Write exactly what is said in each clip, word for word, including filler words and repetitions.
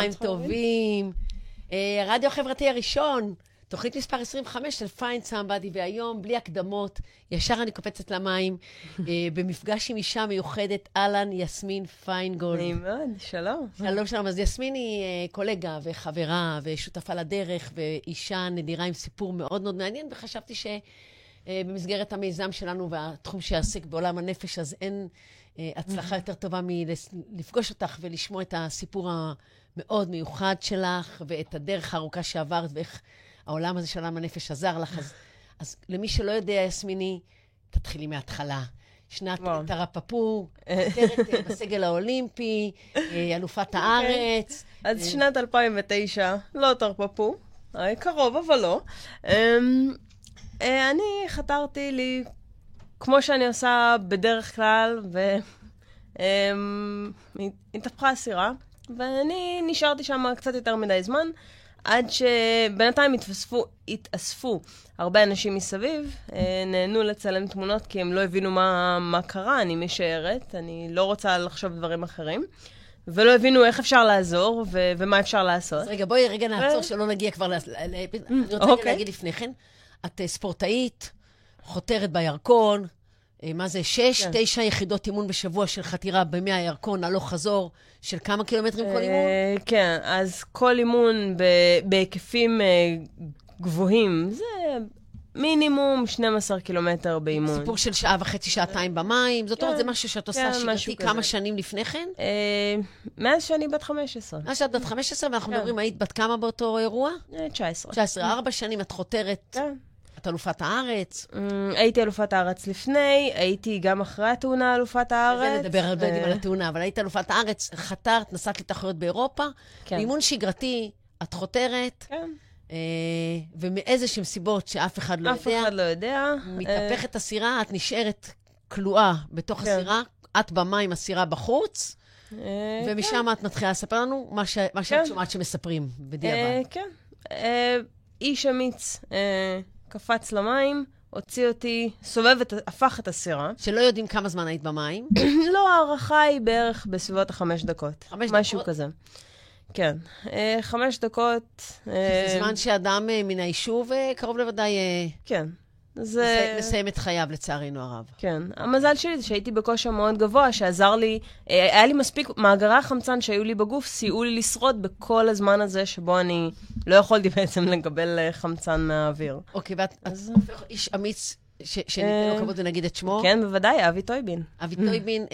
צהריים טובים. הרדיו החברתי הראשון, תוכנית מספר עשרים וחמש של Find Somebody, והיום, בלי הקדמות, ישר אני קופצת למים, במפגש עם אישה מיוחדת, אלן יסמין פיינגולד. נעים מאוד, שלום. שלום, שלום. אז יסמין היא קולגה וחברה ושותפה לדרך, ואישה נדירה עם סיפור מאוד מאוד מעניין, וחשבתי שבמסגרת המיזם שלנו והתחום שעסק בעולם הנפש, אז אין הצלחה יותר טובה מלפגוש אותך ולשמוע את הסיפור המאוד מיוחד שלך, ואת הדרך הארוכה שעברת, ואיך העולם הזה של עולם הנפש עזר לך. אז, אז למי שלא יודע, יסמיני, תתחילי מההתחלה. שנת תרפפו, כותרת בסגל האולימפי, אלופת הארץ. אז שנת אלפיים ותשע, לא תרפפו, קרוב אבל לא. אני חתרתי לי, כמו שאני עושה בדרך כלל, והתהפכה הסירה, ואני נשארתי שם קצת יותר מדי זמן, עד שבינתיים התאספו, התאספו הרבה אנשים מסביב, נהנו לצלם תמונות, כי הם לא הבינו מה, מה קרה, אני משערת, אני לא רוצה לחשוב דברים אחרים, ולא הבינו איך אפשר לעזור, ו- ומה אפשר לעשות. אז רגע, בואי רגע נעצור, ו... שלא נגיע כבר, ל... אני רוצה okay. להגיד לפני כן, את ספורטאית, חותרת בירקון, מה זה, שש, כן. תשע יחידות אימון בשבוע של חתירה במי הירקון, הלוך חזור, של כמה קילומטרים כל אימון? כן, אז כל אימון בהיקפים גבוהים, זה מינימום שנים עשר קילומטר באימון. סיפור של שעה וחצי, שעתיים במים, זאת אומרת, זה משהו שאת עושה שגרתי כמה שנים לפני כן? מאז שאני בת חמש עשרה. מאז שאת בת חמש עשרה, ואנחנו מדברים, היית בת כמה באותו אירוע? תשע עשרה. תשע עשרה, ארבע שנים את חותרת. כן. את אלופת הארץ? הייתי אלופת הארץ לפני, הייתי גם אחרי התאונה אלופת הארץ. זה נדבר הרבה על התאונה, אבל היית אלופת הארץ, חתרת, נסעת לתחרויות באירופה, באימון שגרתי, את חותרת, ומאיזשהם סיבות שאף אחד לא יודע, אף אחד לא יודע, מתהפכת הסירה, את נשארת כלואה בתוך הסירה, את במים, הסירה בחוץ, ומשם את מתחילה לספר לנו מה שאת שומעת שמספרים בדיעבד. כן, איש אמיץ, קפץ למים, הוציא אותי, סובב, את, הפך את הסירה. שלא יודעים כמה זמן היית במים? לא, הערכה היא בערך בסביבות החמש דקות. חמש משהו דקות? כזה. כן. אה, חמש דקות. זה אה... זמן שאדם אה, מן היישוב אה, קרוב לוודאי... אה... כן. זה... מסיים את חייו, לצערנו הרב. כן. המזל שלי זה שהייתי בכושר מאוד גבוה, שעזר לי, היה לי מספיק, מאגרי החמצן שהיו לי בגוף, סייעו לי לשרוד בכל הזמן הזה, שבו אני לא יכולתי בעצם לקבל חמצן מהאוויר. אוקיי, ואת הופך איש אמיץ, שניתן לו כבוד ונגיד את שמו? כן, בוודאי, אבי טויבין. אבי טויבין,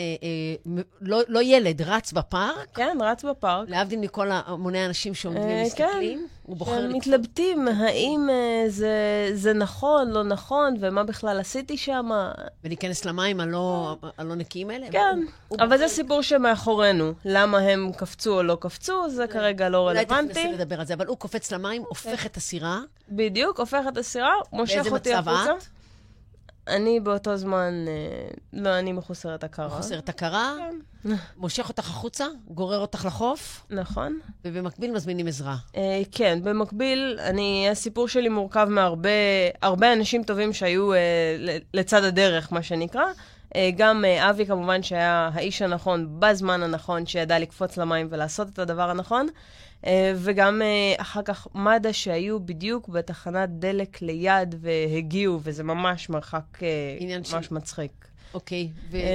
לא ילד, רץ בפארק? כן, רץ בפארק. להבדיל מכל המוני האנשים שעומדים ומסתכלים, הוא בוחר לקפוץ. מתלבטים, האם זה נכון, לא נכון, ומה בכלל עשיתי שם. ולהיכנס למים הלא נקיים האלה? כן, אבל זה סיפור שמאחורינו. למה הם קפצו או לא קפצו, זה כרגע לא רלוונטי. אולי תנסה לדבר על זה, אבל הוא קופץ למים, הופך את הסירה. בדיוק, הופך את הסירה, מושך אותי החוצה. אני באותו זמן, לא, אני מחוסרת הכרה. מחוסרת הכרה? כן. מושך אותך החוצה, גורר אותך לחוף? נכון. ובמקביל מזמינים עזרה? אה, כן, במקביל, אני, הסיפור שלי מורכב מהרבה, הרבה אנשים טובים שהיו אה, לצד הדרך, מה שנקרא. אה, גם אה, אבי כמובן שהיה האיש הנכון, בזמן הנכון, שידע לקפוץ למים ולעשות את הדבר הנכון. וגם אחר כך מד"א שהיו בדיוק בתחנת דלק ליד והגיעו, וזה ממש מרחק ממש מצחיק. אוקיי.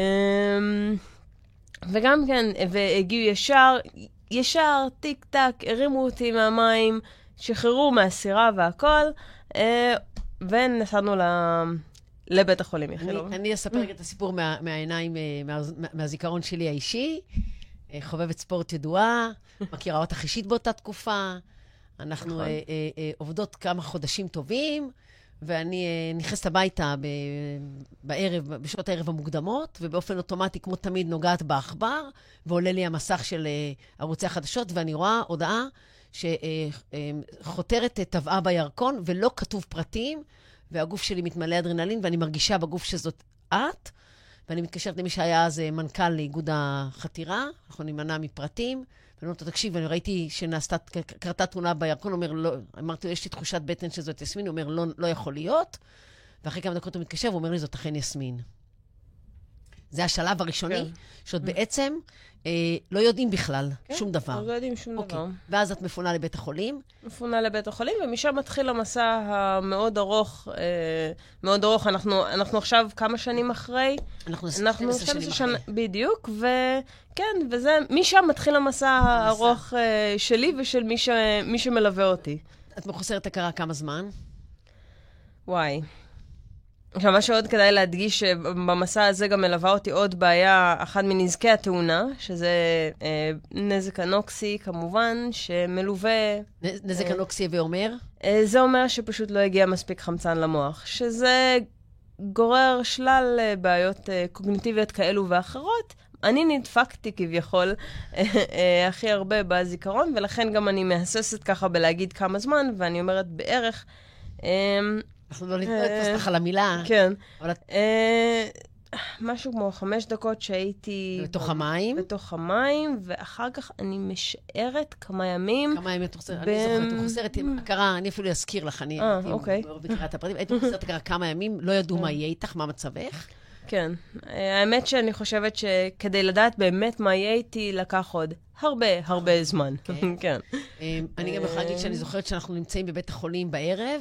וגם כן, והגיעו ישר, ישר, טיק טק, הרימו אותי מהמים, שחררו מהסירה והכל, ונסענו לבית החולים יחילו. אני אספר רגע את הסיפור מהעיניים, מהזיכרון שלי האישי. חובבת ספורט ידועה, מכירה אותך אישית באותה תקופה. אנחנו אה, אה, אה, עובדות כמה חודשים טובים, ואני אה, נכנסת הביתה ב- בערב, בשעות הערב המוקדמות, ובאופן אוטומטי, כמו תמיד, נוגעת באחבר, ועולה לי המסך של אה, ערוצי החדשות, ואני רואה הודעה שחותרת אה, אה, טבעה בירקון, ולא כתוב פרטים, והגוף שלי מתמלא אדרנלין, ואני מרגישה בגוף שזאת את, ואני מתקשרת למי שהיה אז מנכ"ל לאיגוד החתירה, אנחנו נימנע מפרטים, ואני אומרת לו, תקשיב, אני ראיתי שנעשתה, קרתה תאונה בירקון, אומר, לא, אמרתי לו, יש לי תחושת בטן שזאת יסמין, הוא אומר, לא, לא יכול להיות, ואחרי כמה דקות הוא מתקשר, הוא אומר לי, זאת אכן יסמין. זה השלב הראשוני, שעוד בעצם אה, לא יודעים בכלל כן, שום דבר. לא יודעים שום אוקיי. דבר. ואז את מפונה לבית החולים? מפונה לבית החולים, ומשם מתחיל המסע המאוד ארוך, אה, מאוד ארוך. אנחנו, אנחנו עכשיו כמה שנים אחרי. אנחנו אנחנו שתים עשרה שנים שנה, אחרי. בדיוק, וכן, וזה, משם מתחיל המסע הארוך אה, שלי ושל מי, ש, מי שמלווה אותי. את מחוסרת הכרה כמה זמן? וואי. עכשיו, מה שעוד כדאי להדגיש, שבמסע הזה גם מלווה אותי עוד בעיה, אחת מנזקי התאונה, שזה אה, נזק אנוקסי, כמובן, שמלווה... נזק אה, אנוקסי ואומר? אה, זה אומר שפשוט לא הגיע מספיק חמצן למוח, שזה גורר שלל אה, בעיות אה, קוגניטיביות כאלו ואחרות. אני נדפקתי כביכול אה, אה, הכי הרבה בזיכרון, ולכן גם אני מהססת ככה בלהגיד כמה זמן, ואני אומרת בערך... אה, אנחנו לא נתפוס לך על המילה. כן. אבל את אה, משהו כמו חמש דקות שהייתי... בתוך המים? בתוך המים, ואחר כך אני משארת כמה ימים. כמה ימים את חוסרת? אני זוכרת, את חוסרת הכרה, אני אפילו אזכיר לך, אני הייתי בקריאת הפרטים, הייתי חוסרת הכרה כמה ימים, לא ידעו מה יהיה איתך, מה מצבך. כן. האמת שאני חושבת שכדי לדעת באמת מה יהיה איתי, לקח עוד הרבה, הרבה זמן. כן. אני גם יכולה להגיד שאני זוכרת שאנחנו נמצאים בבית החולים בערב,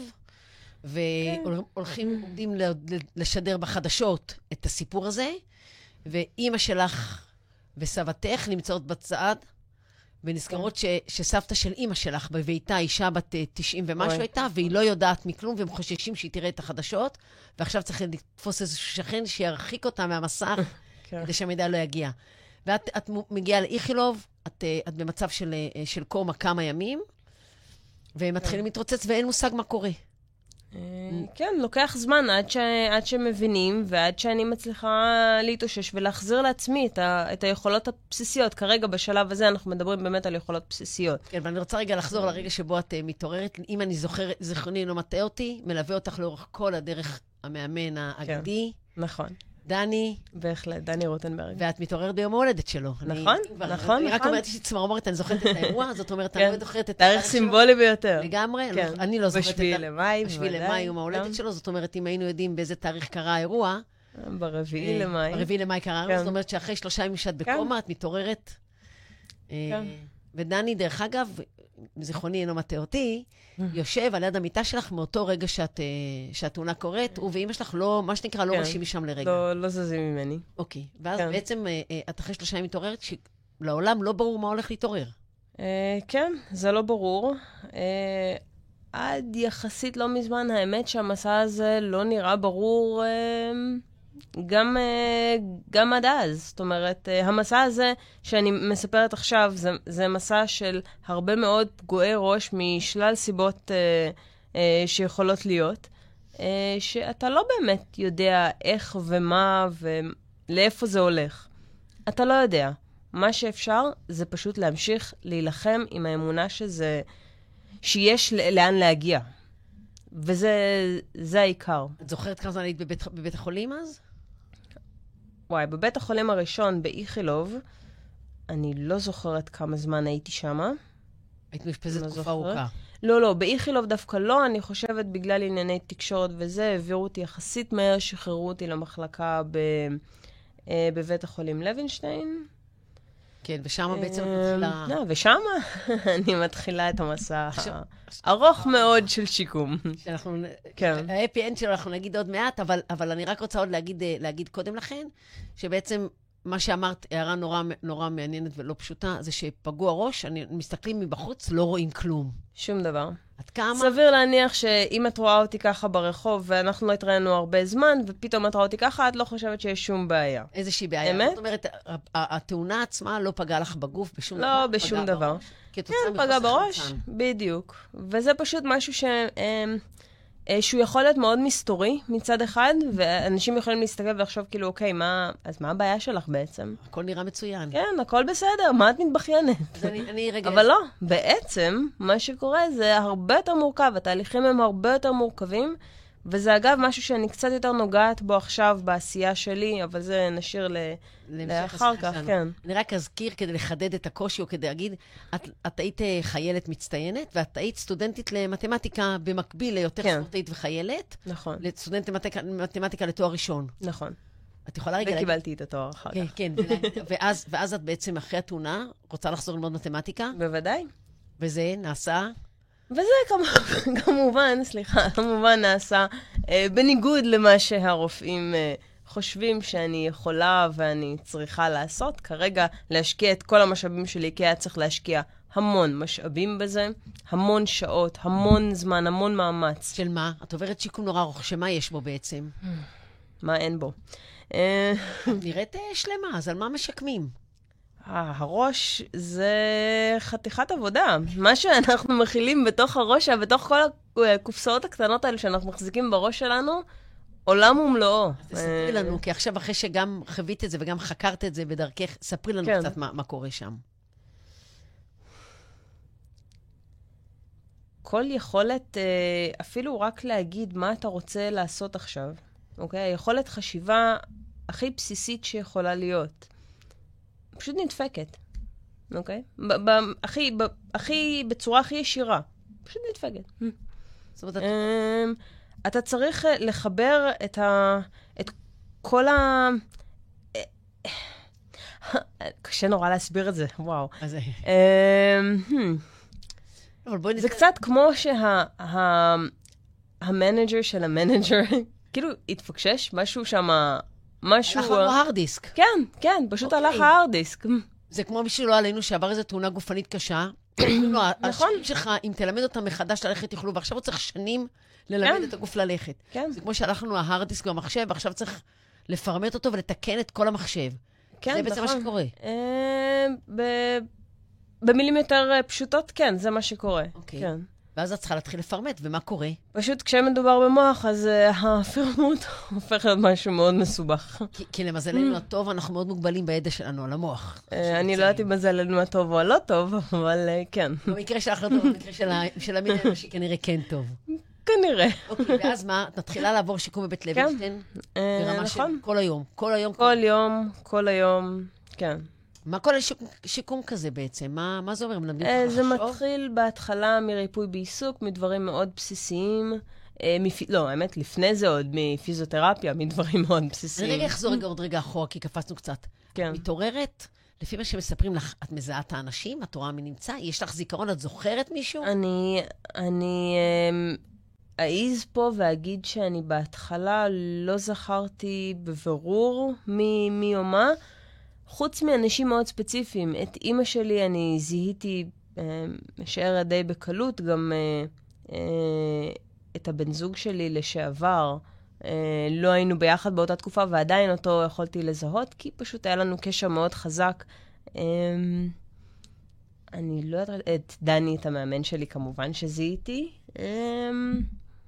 והולכים, עומדים לשדר בחדשות את הסיפור הזה, ואימא שלך וסבתך נמצאות בצד, ונזכרות שסבתא של אימא שלך בביתה, אישה בת תשעים ומשהו הייתה, והיא לא יודעת מכלום, והם חוששים שהיא תראה את החדשות, ועכשיו צריך לתפוס איזשהו שכן שירחיק אותה מהמסך, כדי שהמידע לא יגיע. ואת מגיעה לאיכילוב, את במצב של קומה כמה ימים, והם מתחילים להתרוצץ, ואין מושג מה קורה. כן, לוקח זמן עד, ש... עד שמבינים, ועד שאני מצליחה להתאושש ולהחזיר לעצמי את, ה... את היכולות הבסיסיות. כרגע, בשלב הזה, אנחנו מדברים באמת על יכולות בסיסיות. כן, ואני רוצה רגע לחזור לרגע שבו את uh, מתעוררת. אם אני זוכרת, זכרוני לא מטעה אותי, מלווה אותך לאורך כל הדרך המאמן האגדי. כן, נכון. דני. בהחלט, דני רוטנברג. ואת מתעוררת ביום ההולדת שלו. נכון, אני, נכון, נכון. אני רק אומרת שצמרמורת, אני זוכרת את האירוע, זאת אומרת, אני לא זוכרת את... תאריך סימבולי ביותר. לגמרי, אני לא זוכרת את... בשביל למאי. בשביל למאי יום ההולדת שלו, זאת אומרת, אם היינו יודעים באיזה תאריך קרה האירוע... ברביעי למאי. ברביעי למאי קרה האירוע, זאת אומרת שאחרי שלושה ימים שאת בקומה, את מתעוררת. ודני, דרך אגב, זיכרוני אינו מטעה אותי, יושב על יד המיטה שלך מאותו רגע שהתאונה קורית, הוא ואמא שלך לא, מה שנקרא, לא ראשים משם לרגע. לא זזים ממני. אוקיי. ואז בעצם את אחרי שלושה ימים מתעוררת, שלעולם לא ברור מה הולך להתעורר. כן, זה לא ברור. עד יחסית לא מזמן, האמת שהמסע הזה לא נראה ברור גם, גם עד אז. זאת אומרת, המסע הזה שאני מספרת עכשיו, זה, זה מסע של הרבה מאוד פגועי ראש משלל סיבות אה, אה, שיכולות להיות, אה, שאתה לא באמת יודע איך ומה ולאיפה זה הולך. אתה לא יודע. מה שאפשר זה פשוט להמשיך להילחם עם האמונה שזה, שיש לאן להגיע. וזה זה העיקר. את זוכרת כמה זמן היית בבית, בבית החולים אז? וואי, בבית החולים הראשון באיכילוב, אני לא זוכרת כמה זמן הייתי שמה. היית מאשפזת תקופה ארוכה. לא, לא, באיכילוב דווקא לא, אני חושבת בגלל ענייני תקשורת וזה, העבירו אותי יחסית מהר, שחררו אותי למחלקה ב, אה, בבית החולים לוינשטיין. כן, ושמה בעצם את מתחילה... לא, ושמה אני מתחילה את המסע הארוך מאוד של שיקום. שאנחנו... כן. האפי אנד שלו אנחנו נגיד עוד מעט, אבל, אבל אני רק רוצה עוד להגיד, להגיד קודם לכן, שבעצם מה שאמרת, הערה נורא, נורא מעניינת ולא פשוטה, זה שפגוע ראש, אני, מסתכלים מבחוץ, לא רואים כלום. שום דבר. עד כמה? סביר להניח שאם את רואה אותי ככה ברחוב, ואנחנו לא התראינו הרבה זמן, ופתאום את רואה אותי ככה, את לא חושבת שיש שום בעיה. איזושהי בעיה. אמת? זאת אומרת, התאונה עצמה לא פגעה לך בגוף בשום דבר. לא, בשום דבר. כן, פגע בראש, בדיוק. וזה פשוט משהו ש... שהוא יכול להיות מאוד מסתורי מצד אחד, ואנשים יכולים להסתכל ולחשוב כאילו, אוקיי, מה, אז מה הבעיה שלך בעצם? הכל נראה מצוין. כן, הכל בסדר, מה את מתבחיינת? אני, אני רגע... אבל לא, בעצם, מה שקורה זה הרבה יותר מורכב, התהליכים הם הרבה יותר מורכבים, וזה אגב משהו שאני קצת יותר נוגעת בו עכשיו בעשייה שלי, אבל זה נשאיר ל... לאחר כך, כן. אני רק אזכיר כדי לחדד את הקושי, או כדי להגיד, את, את היית חיילת מצטיינת, ואת היית סטודנטית למתמטיקה במקביל ליותר כן. ספורטאית וחיילת. נכון. לסטודנטית למתמטיקה לתואר ראשון. נכון. את יכולה רגע... וקיבלתי את התואר אחר כן, כך. כן, ואז, ואז את בעצם אחרי התאונה רוצה לחזור ללמוד מתמטיקה, בוודאי. וזה נעשה... וזה כמובן, כמובן, סליחה, כמובן נעשה אה, בניגוד למה שהרופאים אה, חושבים שאני יכולה ואני צריכה לעשות. כרגע להשקיע את כל המשאבים שלי, כי היה צריך להשקיע המון משאבים בזה, המון שעות, המון זמן, המון מאמץ. של מה? את עוברת שיקום נורא ארוך, שמה יש בו בעצם? מה אין בו? אה, נראית אה, שלמה, אז על מה משקמים? אה, הראש זה חתיכת עבודה. מה שאנחנו מכילים בתוך הראש, בתוך כל הקופסאות הקטנות האלה שאנחנו מחזיקים בראש שלנו, עולם ומלואו. תספרי לנו, כי עכשיו אחרי שגם חווית את זה וגם חקרת את זה בדרכך, ספרי לנו כן. קצת מה, מה קורה שם. כל יכולת, אפילו רק להגיד מה אתה רוצה לעשות עכשיו, אוקיי? היכולת חשיבה הכי בסיסית שיכולה להיות. פשוט נדפקת, אוקיי? ב- ב- הכי, ב- הכי, בצורה הכי ישירה. פשוט נדפקת. זאת אומרת, אמ, אתה צריך אה, לחבר את ה... את כל ה... קשה נורא להסביר את זה, וואו. אז, אמ, hmm. אבל בואי זה נתקדם. קצת כמו שה... ה- המנג'ר של המנג'ר, כאילו התפקשש, משהו שם... משהו... הלך לנו ההרד דיסק. כן, כן, פשוט אוקיי. הלך ההרד דיסק. זה כמו מישהו לא עלינו שעבר איזו תאונה גופנית קשה. לא, נכון. השנים שלך, אם תלמד אותם מחדש ללכת יוכלו, ועכשיו הוא צריך שנים ללמד כן. את הגוף ללכת. כן. זה כמו שהלך לנו ההרד דיסק במחשב, ועכשיו צריך לפרמט אותו ולתקן את כל המחשב. כן, זה בעצם מה נכון. שקורה. אה, ב- במילים יותר אה, פשוטות, כן, זה מה שקורה. אוקיי. כן. ואז את צריכה להתחיל לפרמט, ומה קורה? פשוט כשמדובר במוח, אז uh, הפרמוט הופך להיות משהו מאוד מסובך. כי, כי למזלנו הטוב, אנחנו מאוד מוגבלים בידע שלנו על המוח. Uh, אני לא יודעת אם זה לנו הטוב או הלא טוב, אבל uh, כן. במקרה שלך לא טוב, במקרה של ה- של המין האנושי כנראה כן טוב. כנראה. אוקיי, ואז מה? את מתחילה לעבור שיקום בבית לוינשטיין? אה, ברמה של נכון. כל היום. כל היום. כל יום, כל היום, כן. מה כל השיקום שיקום כזה בעצם? מה, מה זה אומר? מלמדים אה, אותך זה לחשוב? מתחיל בהתחלה מריפוי בעיסוק, מדברים מאוד בסיסיים. אה, מפ... לא, האמת, לפני זה עוד מפיזיותרפיה, מדברים מאוד אני בסיסיים. רגע אחזור רגע עוד רגע אחורה, כי קפצנו קצת. כן. מתעוררת, לפי מה שמספרים לך, את מזהה את האנשים, את רואה מי נמצא, יש לך זיכרון, את זוכרת מישהו? אני, אני אמ, אעיז פה ואגיד שאני בהתחלה לא זכרתי בבירור מי, מי או מה, חוץ מאנשים מאוד ספציפיים. את אימא שלי אני זיהיתי, אמ, משער די בקלות, גם אה, אה, את הבן זוג שלי לשעבר. אה, לא היינו ביחד באותה תקופה, ועדיין אותו יכולתי לזהות, כי פשוט היה לנו קשר מאוד חזק. אמ, אני לא יודעת, את דני, את המאמן שלי, כמובן שזיהיתי. אמ,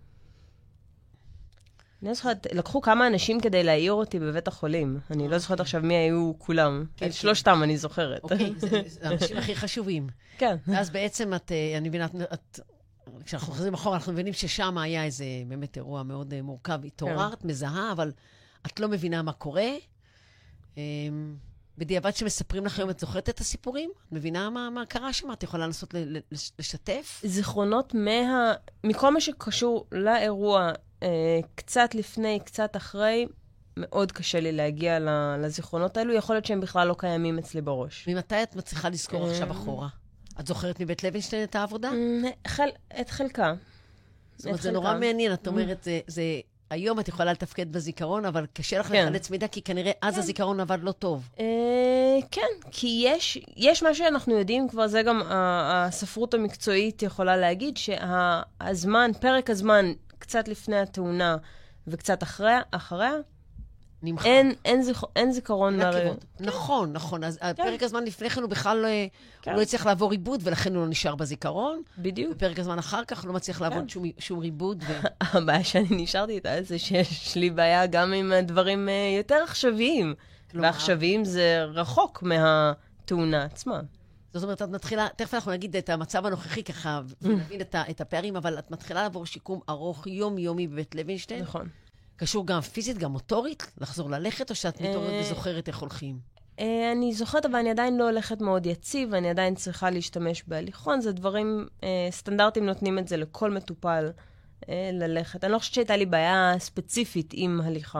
אני לא זוכרת, לקחו כמה אנשים כדי להעיר אותי בבית החולים. אני לא זוכרת עכשיו מי היו כולם. כן, את כן. שלושתם אני זוכרת. אוקיי, זה זה האנשים הכי חשובים. כן. ואז בעצם את, אה, אני מבינה, את- את... כשאנחנו חוזרים אחורה, אנחנו מבינים ששם היה איזה באמת אירוע מאוד אה, מורכב. התעוררת, מזהה, אבל את לא מבינה מה קורה. אמ, בדיעבד שמספרים לך היום, את זוכרת את הסיפורים? את מבינה מה, מה קרה שם? את יכולה לנסות ל- ל- לשתף? זיכרונות מה... מכל מה שקשור לאירוע, אה, קצת לפני, קצת אחרי, מאוד קשה לי להגיע ל- לזיכרונות האלו. יכול להיות שהם בכלל לא קיימים אצלי בראש. ממתי את מצליחה לזכור עכשיו אחורה? את זוכרת מבית לוינשטיין את העבודה? אמ, חל... את חלקה. זאת אומרת, את זה נורא חלקה. מעניין. את אומרת, זה, זה, היום את יכולה לתפקד בזיכרון, אבל קשה לך כן. לחלץ מידע, כי כנראה אז הזיכרון עבד לא טוב. אה, כן, כי יש, יש מה שאנחנו יודעים כבר, זה גם ה- הספרות המקצועית יכולה להגיד, שהזמן, פרק הזמן, קצת לפני התאונה וקצת אחריה, אחריה, נמחק. אין, אין, זיכ, אין זיכרון. רק לר- לראות. נכון, נכון. אז פרק הזמן לפני כן הוא בכלל לא- הוא לא הצליח לעבור עיבוד, ולכן הוא לא נשאר בזיכרון. בדיוק. בפרק הזמן אחר כך הוא לא מצליח לעבוד שום- שום עיבוד. ו- הבעיה שאני נשארתי איתה זה שיש לי בעיה גם עם דברים אה, יותר עכשוויים. כלומר? ועכשוויים זה רחוק מהתאונה עצמה. זאת אומרת, את מתחילה, תכף אנחנו נגיד את המצב הנוכחי ככה, ונבין את ה- את הפערים, אבל את מתחילה לעבור שיקום ארוך יומיומי בבית לוינשטיין. נכון. קשור גם פיזית, גם מוטורית, לחזור ללכת, או שאת מתעוררת אה, וזוכרת איך הולכים? אה, אני זוכרת, אבל אני עדיין לא הולכת מאוד יציב, אני עדיין צריכה להשתמש בהליכון, זה דברים, אה, סטנדרטים נותנים את זה לכל מטופל אה, ללכת. אני לא חושבת שהייתה לי בעיה ספציפית עם הליכה.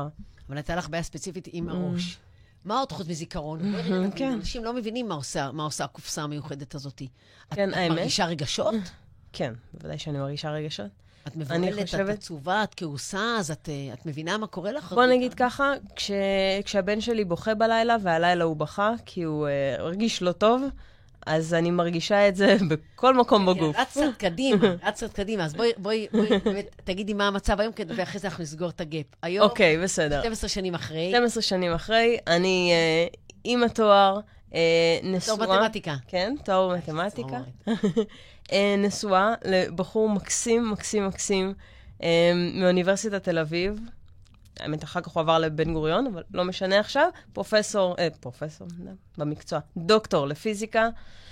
אבל הייתה לך בעיה ספציפית עם הראש. מה עוד חוץ מזיכרון? אנשים לא מבינים מה עושה הקופסה המיוחדת הזאת. כן, האמת. את מרגישה רגשות? כן, בוודאי שאני מרגישה רגשות. את מבוללת, את עצובה, את כעוסה, אז את מבינה מה קורה לך? בוא נגיד ככה, כשהבן שלי בוכה בלילה, והלילה הוא בכה, כי הוא הרגיש לא טוב, אז אני מרגישה את זה בכל מקום בגוף. את קצת קדימה, את קצת קדימה, אז בואי תגידי מה המצב היום, ואחרי זה אנחנו נסגור את הגאפ. היום, אוקיי, בסדר. שתים עשרה שנים אחרי. שתים עשרה שנים אחרי, אני עם התואר, נשואה. תואר מתמטיקה. כן, תואר מתמטיקה. נשואה לבחור מקסים, מקסים, מקסים, מאוניברסיטת תל אביב. האמת, אחר כך הוא עבר לבן גוריון, אבל לא משנה עכשיו. פרופסור, אה, פרופסור, במקצוע, דוקטור לפיזיקה.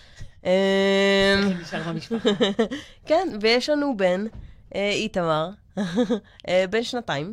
כן, ויש לנו בן, איתמר, בן שנתיים.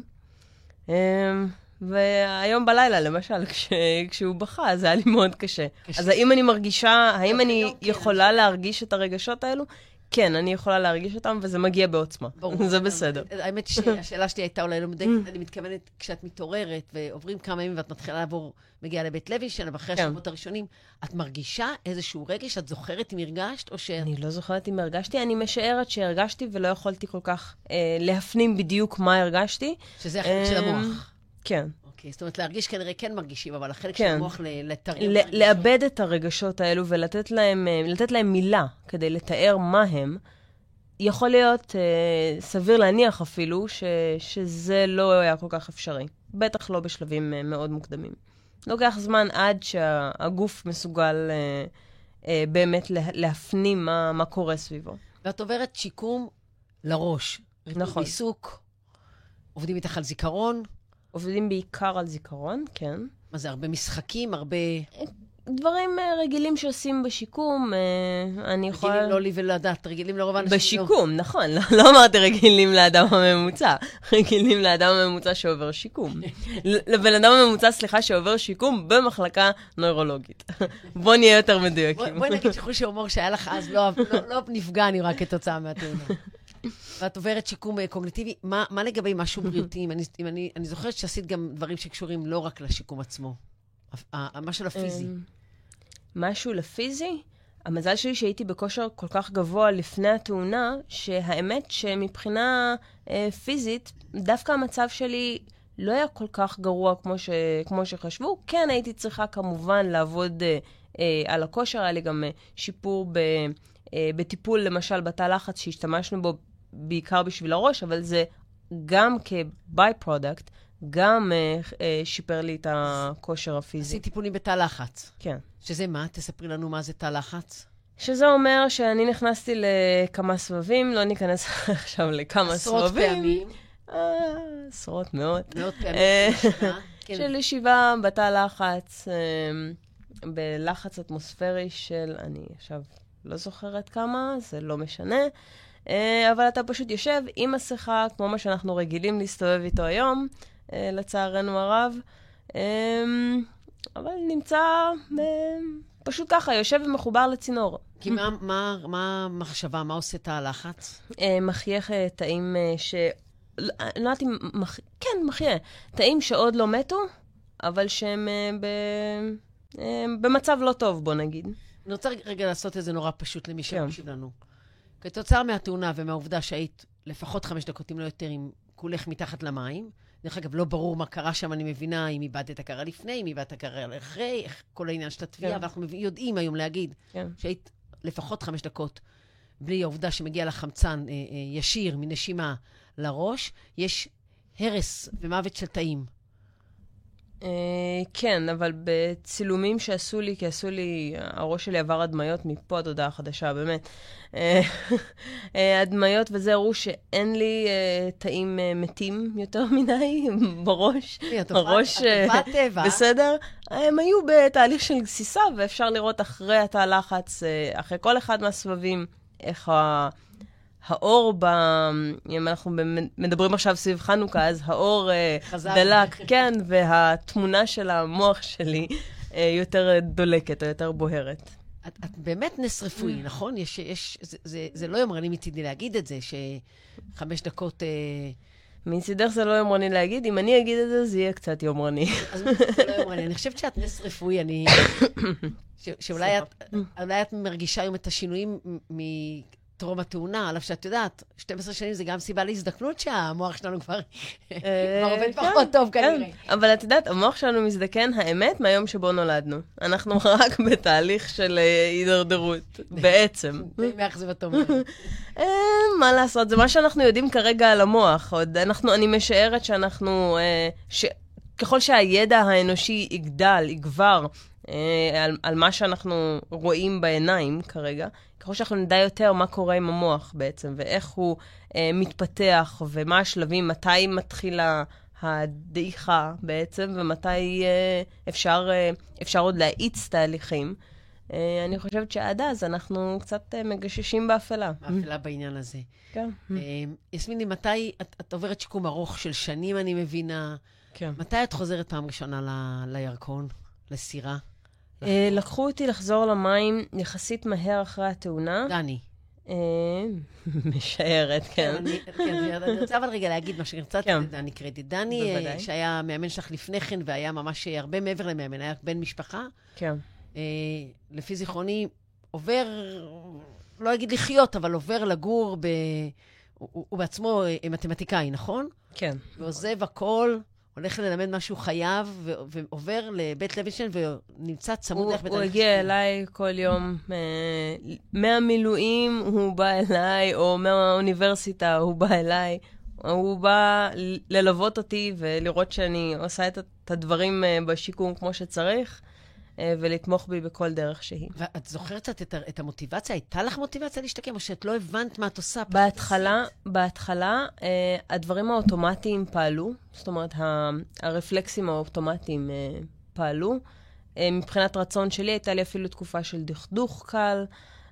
והיום בלילה, למשל, כשהוא בכה, זה היה לי מאוד קשה. אז האם אני מרגישה, האם אני יכולה להרגיש את הרגשות האלו? כן, אני יכולה להרגיש אותם, וזה מגיע בעוצמה. זה בסדר. האמת שהשאלה שלי הייתה אולי לא מדייק, אני מתכוונת, כשאת מתעוררת ועוברים כמה ימים ואת מתחילה לעבור, מגיעה לבית לוי, ואחרי השבועות הראשונים, את מרגישה איזשהו רגש? את זוכרת אם הרגשת או ש... אני לא זוכרת אם הרגשתי, אני משערת שהרגשתי ולא יכולתי כל כך להפנים בדיוק מה הרגשתי. שזה החלק של המוח. כן. אוקיי, זאת אומרת, להרגיש כנראה כן מרגישים, אבל החלק של המוח לתאר... לאבד את הרגשות האלו ולתת להם, לתת להם מילה כדי לתאר מה הם, יכול להיות אה, סביר להניח אפילו ש, שזה לא היה כל כך אפשרי. בטח לא בשלבים אה, מאוד מוקדמים. לוקח זמן עד שהגוף מסוגל אה, אה, באמת להפנים מה, מה קורה סביבו. ואת עוברת שיקום לראש. נכון. עיסוק, עובדים איתך על זיכרון. עובדים בעיקר על זיכרון, כן. מה זה, הרבה משחקים, הרבה... דברים רגילים שעושים בשיקום, אני יכולה... רגילים לא לי ולדעת, רגילים לרוב האנשים. בשיקום, לא. נכון. לא, לא אמרתי רגילים לאדם הממוצע. רגילים לאדם הממוצע שעובר שיקום. לבן אדם הממוצע, סליחה, שעובר שיקום במחלקה נוירולוגית. בוא נהיה יותר מדויקים. בואי נגיד שחוש ההומור שהיה לך אז לא, לא, לא נפגע אני רק כתוצאה מהתאונה. ואת עוברת שיקום קוגניטיבי. מה, מה לגבי משהו בריאותי? אני, אני, אני זוכרת שעשית גם דברים שקשורים לא רק לשיקום עצמו. משהו לפיזי. משהו לפיזי? המזל שלי שהייתי בכושר כל כך גבוה לפני התאונה, שהאמת שמבחינה אה, פיזית, דווקא המצב שלי לא היה כל כך גרוע כמו, ש, כמו שחשבו. כן, הייתי צריכה כמובן לעבוד אה, אה, על הכושר, היה לי גם אה, שיפור ב, אה, בטיפול, למשל בתא לחץ שהשתמשנו בו בעיקר בשביל הראש, אבל זה גם כביי פרודקט, גם uh, uh, שיפר לי את הכושר הפיזי. עשית טיפולים בתא לחץ. כן. שזה מה? תספרי לנו מה זה תא לחץ. שזה אומר שאני נכנסתי לכמה סבבים, לא ניכנס עכשיו לכמה עשרות סבבים. עשרות פעמים. אה, עשרות מאות. מאות פעמים. של ישיבה בתא לחץ, בלחץ אטמוספרי של, אני עכשיו לא זוכרת כמה, זה לא משנה. אבל אתה פשוט יושב עם מסכה, כמו מה שאנחנו רגילים להסתובב איתו היום, לצערנו הרב, אבל נמצא פשוט ככה, יושב ומחובר לצינור. כי מה, מה, מה המחשבה, מה עושה תא לחץ? מחייך תאים ש... לא יודעת אם... כן, מחייך. תאים שעוד לא מתו, אבל שהם ב... במצב לא טוב, בוא נגיד. אני רוצה רגע לעשות את זה נורא פשוט למי שמקשיב לנו. כתוצאה מהתאונה ומהעובדה שהיית לפחות חמש דקות, אם לא יותר, עם כולך מתחת למים, דרך אגב, לא ברור מה קרה שם, אני מבינה אם איבדת את הקרה לפני, אם איבדת את הקרה אחרי, כל העניין של התביעה, ואנחנו יודעים היום להגיד שהיית לפחות חמש דקות, בלי העובדה שמגיע לחמצן ישיר מנשימה לראש, יש הרס ומוות של תאים. כן, אבל בצילומים שעשו לי, כי עשו לי, הראש שלי עבר הדמיות מפה עד הודעה חדשה, באמת. הדמיות, וזה הראו שאין לי תאים מתים יותר מדי בראש. הראש... התופעת טבע. בסדר? הם היו בתהליך של גסיסה, ואפשר לראות אחרי התא לחץ, אחרי כל אחד מהסבבים, איך ה... האור, ב... אם אנחנו מדברים עכשיו סביב חנוכה, אז האור דלק, כן, והתמונה של המוח שלי יותר דולקת או יותר בוהרת. את, את באמת נס רפואי, נכון? יש, יש, זה, זה, זה לא יומרני מצידי להגיד את זה, שחמש דקות אה, מצידך זה לא יומרני להגיד, אם אני אגיד את זה, זה יהיה קצת יומרני. אז זה לא יומרני. אני חושבת שאת נס רפואי, אני... שאולי את מרגישה היום את השינויים מטרום התאונה, עליו שאת יודעת, שתים עשרה שנים זה גם סיבה להזדקנות שהמוח שלנו כבר עובד פחות טוב כנראה. אבל את יודעת, המוח שלנו מזדקן, האמת, מהיום שבו נולדנו. אנחנו רק בתהליך של הידרדרות, בעצם. די מאכזב את אומרת. מה לעשות? זה מה שאנחנו יודעים כרגע על המוח. אני משערת שאנחנו, ככל שהידע האנושי יגדל, יגבר, על, על מה שאנחנו רואים בעיניים כרגע, ככל שאנחנו נדע יותר מה קורה עם המוח בעצם, ואיך הוא אה, מתפתח, ומה השלבים, מתי מתחילה הדעיכה בעצם, ומתי אה, אפשר, אה, אפשר עוד להאיץ תהליכים. אה, אני חושבת שעד אז אנחנו קצת אה, מגששים באפלה. באפלה בעניין הזה. כן. אה, יסמיני, מתי את, את עוברת שיקום ארוך של שנים, אני מבינה? כן. מתי את חוזרת פעם ראשונה ל, לירקון, לסירה? לקחו אותי לחזור למים יחסית מהר אחרי התאונה. דני. משערת, כן. אני רוצה אבל רגע להגיד מה שקצת דני קרדיט. דני, שהיה מאמן שלך לפני כן, והיה ממש הרבה מעבר למאמן, היה בן משפחה. כן. לפי זיכרוני, עובר, לא אגיד לחיות, אבל עובר לגור, הוא בעצמו מתמטיקאי, נכון? כן. ועוזב הכל. הולך ללמד משהו חייב, ועובר לבית לוינשטיין, ונמצא צמוד לך בתהליך. הוא הגיע אליי כל יום, מהמילואים הוא בא אליי, או מהאוניברסיטה הוא בא אליי. הוא בא ללוות אותי, ולראות שאני עושה את הדברים בשיקום כמו שצריך, ולתמוך בי בכל דרך שהיא. ואת זוכרת את, את המוטיבציה? הייתה לך מוטיבציה להשתקם, או שאת לא הבנת מה את עושה? בהתחלה, בהתחלה, הדברים האוטומטיים פעלו, זאת אומרת, הרפלקסים האוטומטיים פעלו. מבחינת רצון שלי, הייתה לי אפילו תקופה של דכדוך קל.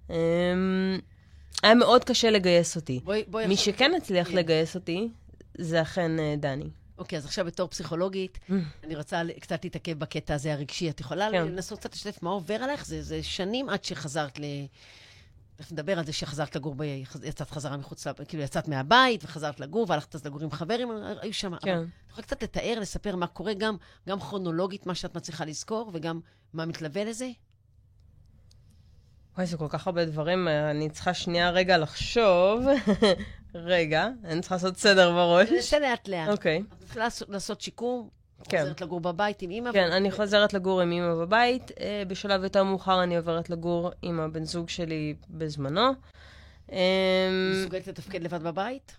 היה מאוד קשה לגייס אותי. בואי, בואי מי שכן הצליח כן. לגייס אותי, זה אכן דני. אוקיי, אז עכשיו בתור פסיכולוגית, אני רוצה קצת להתעכב בקטע הזה הרגשי. את יכולה לנסות קצת לשתף מה עובר עליך? זה שנים עד שחזרת ל... איך נדבר על זה שחזרת לגור, יצאת חזרה מחוץ, כאילו יצאת מהבית וחזרת לגור, והלכת אז לגור עם חברים, היו שם. כן. את יכולה קצת לתאר, לספר מה קורה, גם כרונולוגית, מה שאת מצליחה לזכור, וגם מה מתלווה לזה? וואי, זה כל כך הרבה דברים, אני צריכה שנייה רגע לחשוב. רגע, אני צריכה לעשות סדר בראש. ננסה לאט לאט. אוקיי. את יכולה לעשות שיקום, חוזרת לגור בבית עם אמא. כן, אני חוזרת לגור עם אמא בבית. בשלב יותר מאוחר אני עוברת לגור עם הבן זוג שלי בזמנו. מסוגלת לתפקד לבד בבית?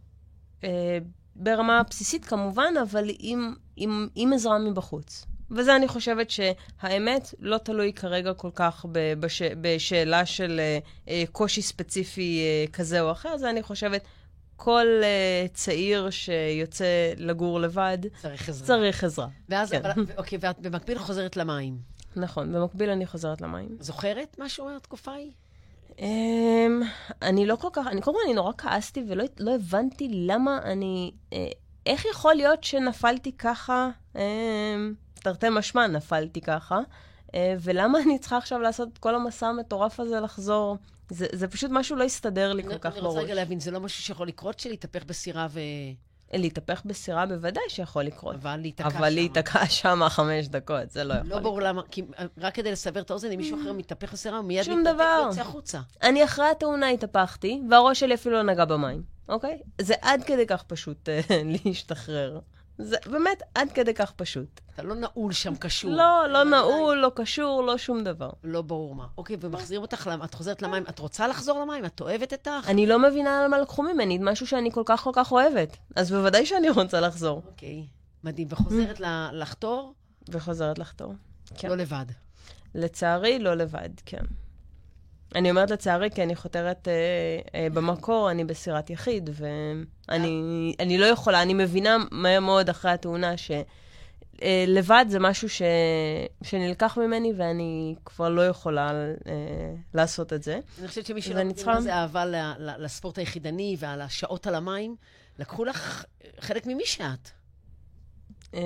ברמה בסיסית כמובן, אבל עם, עם, עם עזרה מבחוץ. וזה אני חושבת שהאמת לא תלוי כרגע כל כך בש... בשאלה של uh, קושי ספציפי uh, כזה או אחר, זה אני חושבת כל uh, צעיר שיוצא לגור לבד צריך עזרה. צריך עזרה. ואז, כן. אבל, אוקיי, ואת במקביל חוזרת למים. נכון, במקביל אני חוזרת למים. זוכרת משהו מהתקופה היא? Um, אני לא כל כך, אני כל כך אני נורא כעסתי ולא לא הבנתי למה אני, uh, איך יכול להיות שנפלתי ככה, um, תרתי משמע נפלתי ככה, ולמה אני צריכה עכשיו לעשות את כל המסע המטורף הזה לחזור? זה, זה פשוט משהו לא יסתדר לי כל כך בראש. אני רוצה רגע להבין, זה לא משהו שיכול לקרות שלהתהפך בסירה ו... להתהפך בסירה בוודאי שיכול לקרות. אבל להיתקע שם. אבל להיתקע שם חמש דקות, זה לא יכול לקרות. לא ברור למה, כי רק כדי לסבר את האוזן, אם מישהו אחר מתהפך בסירה, הוא מיד מתהפך ויוצא החוצה. אני אחרי התאונה התהפכתי, והראש שלי אפילו לא נגע במים, אוקיי? זה עד כדי כך פשוט להשתחרר. זה באמת עד כדי כך פשוט. אתה לא נעול שם קשור. לא, לא נעול, לא קשור, לא שום דבר. לא ברור מה. אוקיי, ומחזירים אותך, את חוזרת למים, את רוצה לחזור למים? את אוהבת את האח? אני לא מבינה על מה לקחו ממני, משהו שאני כל כך כל כך אוהבת. אז בוודאי שאני רוצה לחזור. אוקיי, מדהים. וחוזרת לחתור? וחוזרת לחתור. לא לבד. לצערי, לא לבד, כן. אני אומרת לצערי, כי אני חותרת אה, אה, במקור, אני בסירת יחיד, ואני אני לא יכולה, אני מבינה מהר מאוד אחרי התאונה שלבד זה משהו ש, שנלקח ממני, ואני כבר לא יכולה אה, לעשות את זה. אני חושבת שמי שלא צריכה... מבין זה אהבה ל, ל, לספורט היחידני ועל השעות על המים, לקחו לך חלק ממי שאת. אה...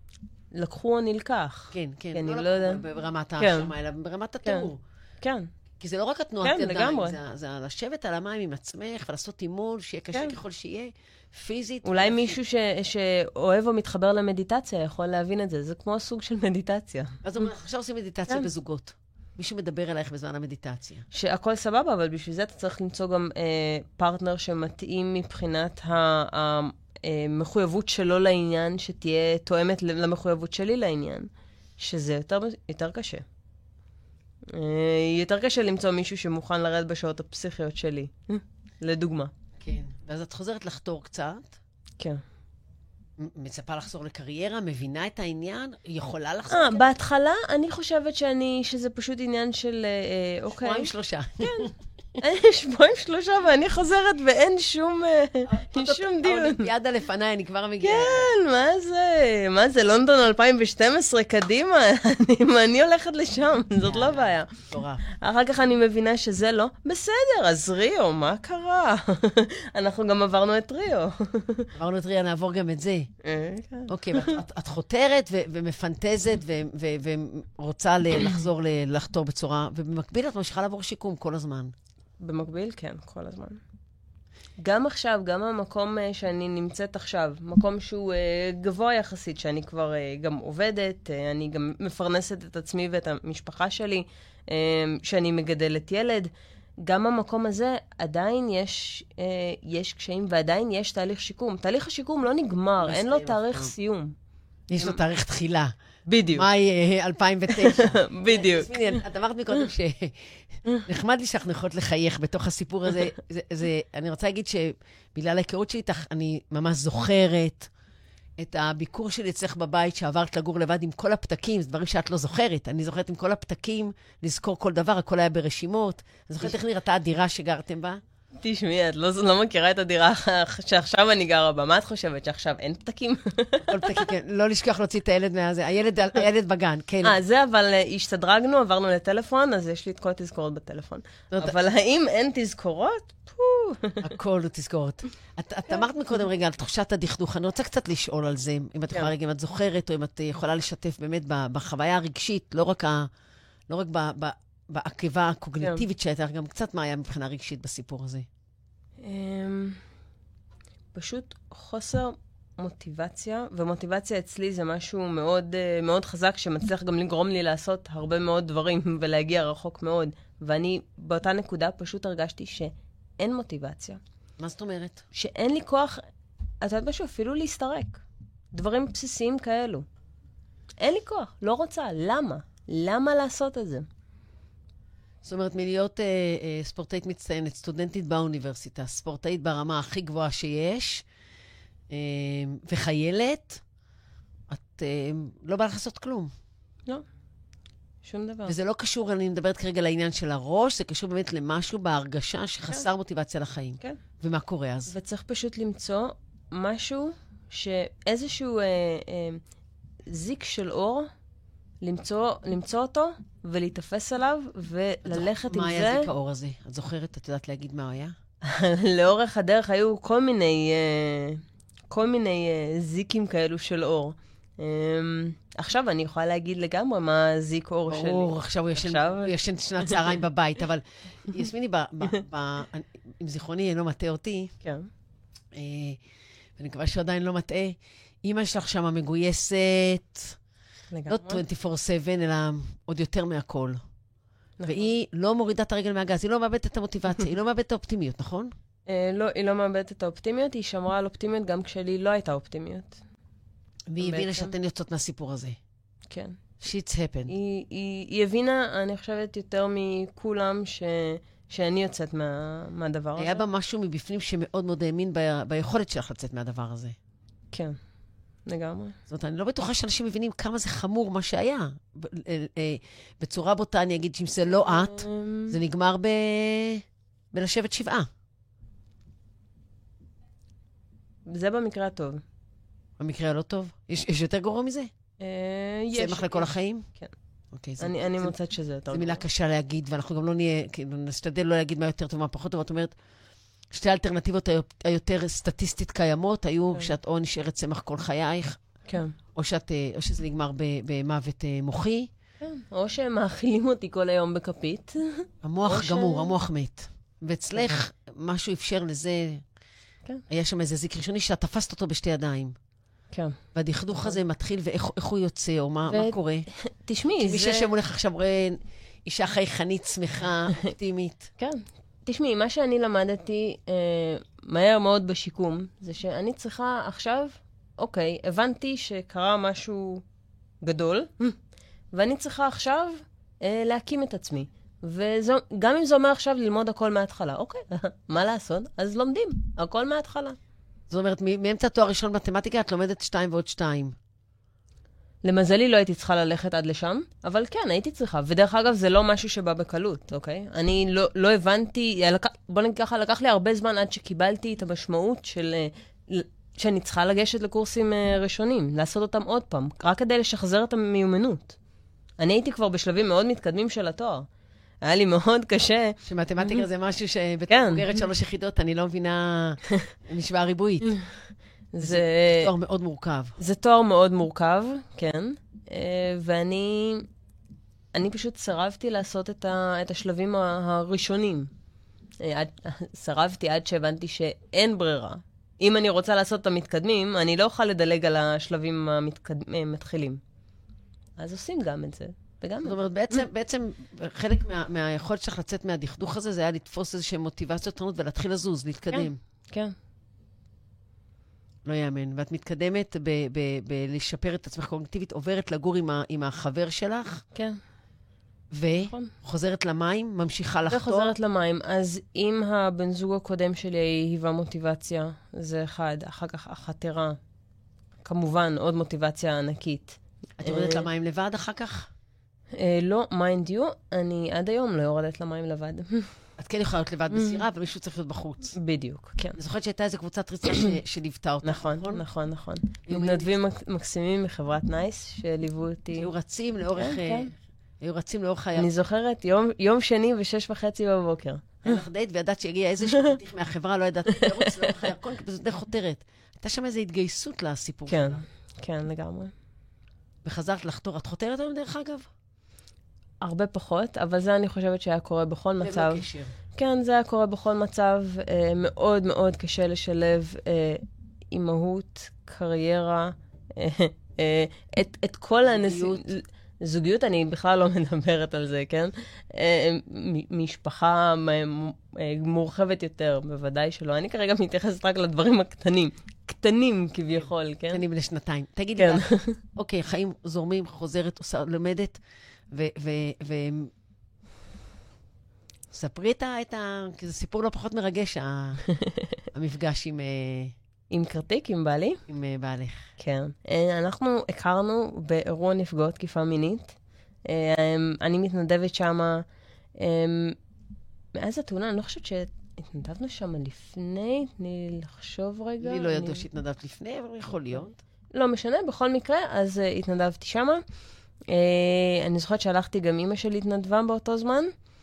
לקחו או נלקח. כן, כן. כן, לא לקחו לא ברמת ההשמה, אלא ברמת התיאור. כן, כי זה לא רק התנועת כן, ידיים, לגמרי. זה, זה לשבת על המים עם עצמך ולעשות אימון, שיהיה קשה כן. ככל שיהיה, פיזית. אולי מישהו ש, שאוהב או מתחבר למדיטציה יכול להבין את זה. זה כמו סוג של מדיטציה. אז עכשיו עושים מדיטציה כן. בזוגות. מישהו מדבר אלייך בזמן המדיטציה. שהכל סבבה, אבל בשביל זה אתה צריך למצוא גם אה, פרטנר שמתאים מבחינת המחויבות שלו לעניין, שתהיה תואמת למחויבות שלי לעניין. שזה יותר, יותר קשה. אה, יותר קשה למצוא מישהו שמוכן לרדת בשעות הפסיכיות שלי. לדוגמה. כן. ואז את חוזרת לחתור קצת. כן. מצפה לחזור לקריירה, מבינה את העניין, יכולה לחזור. אה, בהתחלה אני חושבת שאני, שזה פשוט עניין של, אה, אוקיי. שבועיים שלושה. כן. שבועיים שלושה ואני חוזרת ואין שום, שום דיון. האולימפיאדה לפניי, אני כבר מגיעה. כן, מה זה? מה זה? לונדון אלפיים ושתים עשרה, קדימה. אני הולכת לשם, זאת לא בעיה. אחר כך אני מבינה שזה לא. בסדר, אז ריו, מה קרה? אנחנו גם עברנו את ריו. עברנו את ריו, נעבור גם את זה. אוקיי, את חותרת ומפנטזת ורוצה לחזור לחתור בצורה, ובמקביל את ממשיכה לעבור שיקום כל הזמן. במקביל, כן, כל הזמן. גם עכשיו, גם המקום uh, שאני נמצאת עכשיו, מקום שהוא uh, גבוה יחסית, שאני כבר uh, גם עובדת, uh, אני גם מפרנסת את עצמי ואת המשפחה שלי, uh, שאני מגדלת ילד, גם המקום הזה עדיין יש, uh, יש קשיים ועדיין יש תהליך שיקום. תהליך השיקום לא נגמר, אין לו תאריך סיום. יש לו תאריך תחילה. בדיוק. מאי אלפיים ותשע. בדיוק. את אמרת מקודם שנחמד לי שאנחנו יכולות לחייך בתוך הסיפור הזה. אני רוצה להגיד שבגלל ההיכרות שלי איתך, אני ממש זוכרת את הביקור שלי אצלך בבית, שעברת לגור לבד עם כל הפתקים, זה דברים שאת לא זוכרת. אני זוכרת עם כל הפתקים, לזכור כל דבר, הכל היה ברשימות. אני זוכרת איך נראתה הדירה שגרתם בה? תשמעי, את לא, לא מכירה את הדירה שעכשיו אני גרה בה. מה את חושבת, שעכשיו אין פתקים? כל פתקים, כן. לא לשכוח להוציא את הילד מהזה. הילד, הילד בגן, כן. אה, זה אבל השתדרגנו, עברנו לטלפון, אז יש לי את כל התזכורות בטלפון. אבל האם אין תזכורות? הכל הוא תזכורות. את אמרת מקודם רגע על תחושת הדכדוך. אני רוצה קצת לשאול על זה, אם את יכולה רגע, אם את זוכרת, או אם את יכולה לשתף באמת בחוויה הרגשית, לא רק ה... לא רק ב... בעקבה הקוגניטיבית שהייתה, גם קצת מה היה מבחינה רגשית בסיפור הזה. פשוט חוסר מוטיבציה, ומוטיבציה אצלי זה משהו מאוד, מאוד חזק, שמצליח גם לגרום לי לעשות הרבה מאוד דברים, ולהגיע רחוק מאוד. ואני באותה נקודה פשוט הרגשתי שאין מוטיבציה. מה זאת אומרת? שאין לי כוח, את יודעת משהו, אפילו להסתרק. דברים בסיסיים כאלו. אין לי כוח, לא רוצה. למה? למה לעשות את זה? זאת אומרת, מלהיות אה, אה, ספורטאית מצטיינת, סטודנטית באוניברסיטה, ספורטאית ברמה הכי גבוהה שיש, אה, וחיילת, את אה, לא באה לעשות כלום. לא, שום דבר. וזה לא קשור, אני מדברת כרגע לעניין של הראש, זה קשור באמת למשהו בהרגשה שחסר כן. מוטיבציה לחיים. כן. ומה קורה אז? וצריך פשוט למצוא משהו, שאיזשהו אה, אה, זיק של אור, למצוא, למצוא אותו ולהתאפס עליו וללכת עם זה. מה היה זיק האור הזה? את זוכרת? את יודעת להגיד מה הוא היה? לאורך הדרך היו כל מיני, כל מיני זיקים כאלו של אור. עכשיו אני יכולה להגיד לגמרי מה זיק אור שלי. ברור, עכשיו הוא ישן שנת צהריים בבית, אבל יסמיני, אם זיכרוני אינו מטעה אותי, כן. ואני מקווה שהוא עדיין לא מטעה, אמא שלך שמה מגויסת, לא עשרים וארבע שבע, אלא עוד יותר מהכל. והיא לא מורידה את הרגל מהגז, היא לא מאבדת את המוטיבציה, היא לא מאבדת את האופטימיות, נכון? לא, היא לא מאבדת את האופטימיות, היא שמרה על אופטימיות גם כשלי לא הייתה אופטימיות. והיא הבינה שאתן יוצאות מהסיפור הזה. כן. Shit's happened. היא הבינה, אני חושבת, יותר מכולם שאני יוצאת מהדבר הזה. היה בה משהו מבפנים שמאוד מאוד האמין ביכולת שלך לצאת מהדבר הזה. כן. לגמרי. זאת אומרת, אני לא בטוחה שאנשים מבינים כמה זה חמור מה שהיה. בצורה בוטה אני אגיד שאם זה לא את, זה נגמר בלשבת שבעה. זה במקרה הטוב. במקרה הלא טוב? יש יותר גרוע מזה? יש. צמח לכל החיים? כן. אני מוצאת שזה יותר גרוע. זו מילה קשה להגיד, ואנחנו גם לא נהיה, נשתדל לא להגיד מה יותר טוב, מה פחות טוב. את אומרת, שתי האלטרנטיבות היותר סטטיסטית קיימות, היו שאת או נשארת צמח כל חייך, כן. או, שאת, או שזה נגמר במוות מוחי, כן. או שהם מאכילים אותי כל היום בכפית. המוח ש... גמור, המוח מת. ואצלך, משהו אפשר לזה, כן. היה שם איזה זיק ראשוני שאת תפסת אותו בשתי ידיים. כן. והדכדוך הזה מתחיל, ואיך הוא יוצא, או מה, ו... מה קורה? תשמעי, זה... מי שישב מולך עכשיו רואה אישה חייכנית, שמחה, אופטימית. כן. תשמעי, מה שאני למדתי אה, מהר מאוד בשיקום, זה שאני צריכה עכשיו, אוקיי, הבנתי שקרה משהו גדול, ואני צריכה עכשיו אה, להקים את עצמי. וגם אם זה אומר עכשיו ללמוד הכל מההתחלה, אוקיי, מה לעשות? אז לומדים, הכל מההתחלה. זאת אומרת, מאמצע תואר ראשון מתמטיקה, את לומדת שתיים ועוד שתיים. למזלי לא הייתי צריכה ללכת עד לשם, אבל כן, הייתי צריכה. ודרך אגב, זה לא משהו שבא בקלות, אוקיי? אני לא, לא הבנתי, בוא נגיד ככה, לקח לי הרבה זמן עד שקיבלתי את המשמעות של, שאני צריכה לגשת לקורסים ראשונים, לעשות אותם עוד פעם, רק כדי לשחזר את המיומנות. אני הייתי כבר בשלבים מאוד מתקדמים של התואר. היה לי מאוד קשה. שמתמטיקה זה משהו שבתוגרת שלוש יחידות, אני לא מבינה משוואה ריבועית. זה תואר מאוד מורכב. זה תואר מאוד מורכב, כן. ואני אני פשוט סרבתי לעשות את, ה, את השלבים הראשונים. סרבתי עד שהבנתי שאין ברירה. אם אני רוצה לעשות את המתקדמים, אני לא אוכל לדלג על השלבים המתחילים. אז עושים גם את זה. וגם זאת אומרת, בעצם, בעצם חלק מה, מהיכולת שלך לצאת מהדכדוך הזה, זה היה לתפוס איזושהי מוטיבציות קטנות ולהתחיל לזוז, להתקדם. כן, כן. לא יאמן. ואת מתקדמת בלשפר את עצמך קוגניטיבית, עוברת לגור עם, ה, עם החבר שלך. כן. וחוזרת למים, ממשיכה לחתור. וחוזרת למים. אז אם הבן זוג הקודם שלי היווה מוטיבציה, זה אחד. אחר כך החתירה. כמובן, עוד מוטיבציה ענקית. את יורדת למים לבד אחר כך? לא, mind you, אני עד היום לא יורדת למים לבד. את כן יכולה להיות לבד בסירה, אבל מישהו צריך להיות בחוץ. בדיוק, כן. אני זוכרת שהייתה איזו קבוצת ריצה שליוותה אותה. נכון, נכון, נכון. מתנדבים מקסימים מחברת נייס שליוו אותי. היו רצים לאורך... היו רצים לאורך הים. אני זוכרת, יום שני ושש וחצי בבוקר. היה לך דייט וידעת שהגיע איזשהו חתיך מהחברה, לא ידעת לרוץ לאורך הירקון, כי בזה די חותרת. הייתה שם איזו התגייסות לסיפור שלה. כן, כן, לגמרי. וחזרת לחתור. את חותרת היום דרך אגב? הרבה פחות, אבל זה אני חושבת שהיה קורה בכל מצב. ללא קשר. כן, זה היה קורה בכל מצב. אה, מאוד מאוד קשה לשלב אה, אימהות, קריירה, אה, אה, את, את כל הנסיעות. זוגיות, אני בכלל לא מדברת על זה, כן? אה, משפחה אה, מורחבת יותר, בוודאי שלא. אני כרגע מתייחסת רק לדברים הקטנים. קטנים כביכול, כן? קטנים בני שנתיים. תגידי כן. לך, אוקיי, חיים זורמים, חוזרת, עושה, לומדת, ו... ו, ו ספרי את ה... כי זה סיפור לא פחות מרגש, המפגש עם... עם קרתיק, עם בעלי? עם בעלך. כן. אנחנו הכרנו באירוע נפגעות תקיפה מינית. אני מתנדבת שמה... מאז התאונה, אני לא חושבת שהתנדבנו שמה לפני, תני לחשוב רגע. לי לא ידעו שהתנדבת לפני, אבל יכול להיות. לא משנה, בכל מקרה, אז התנדבתי שמה. אני זוכרת שהלכתי, גם אמא שלי התנדבה באותו זמן.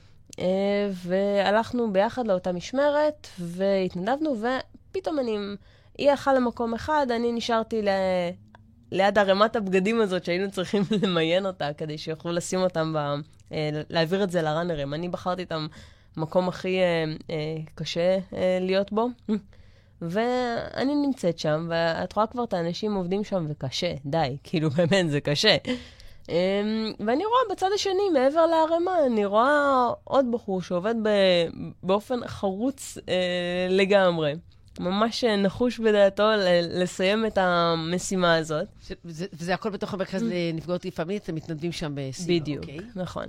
והלכנו ביחד לאותה משמרת, והתנדבנו, ופתאום אני... היא הלכה למקום אחד, אני נשארתי ל... ליד הרמת הבגדים הזאת, שהיינו צריכים למיין אותה, כדי שיוכלו לשים אותם, ב... להעביר את זה לרנרים. אני בחרתי את המקום הכי קשה להיות בו, ואני נמצאת שם, ואת רואה כבר את האנשים עובדים שם, וקשה, די, כאילו באמת זה קשה. ואני רואה בצד השני, מעבר להרמה, אני רואה עוד בחור שעובד באופן חרוץ לגמרי. ממש נחוש בדעתו לסיים את המשימה הזאת. וזה הכל בתוך המרכז לנפגעות תקיפה מינית, אתם מתנדבים שם בסיבה, בדיוק, נכון.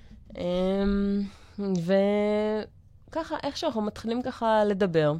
וככה, איך שאנחנו מתחילים ככה לדבר.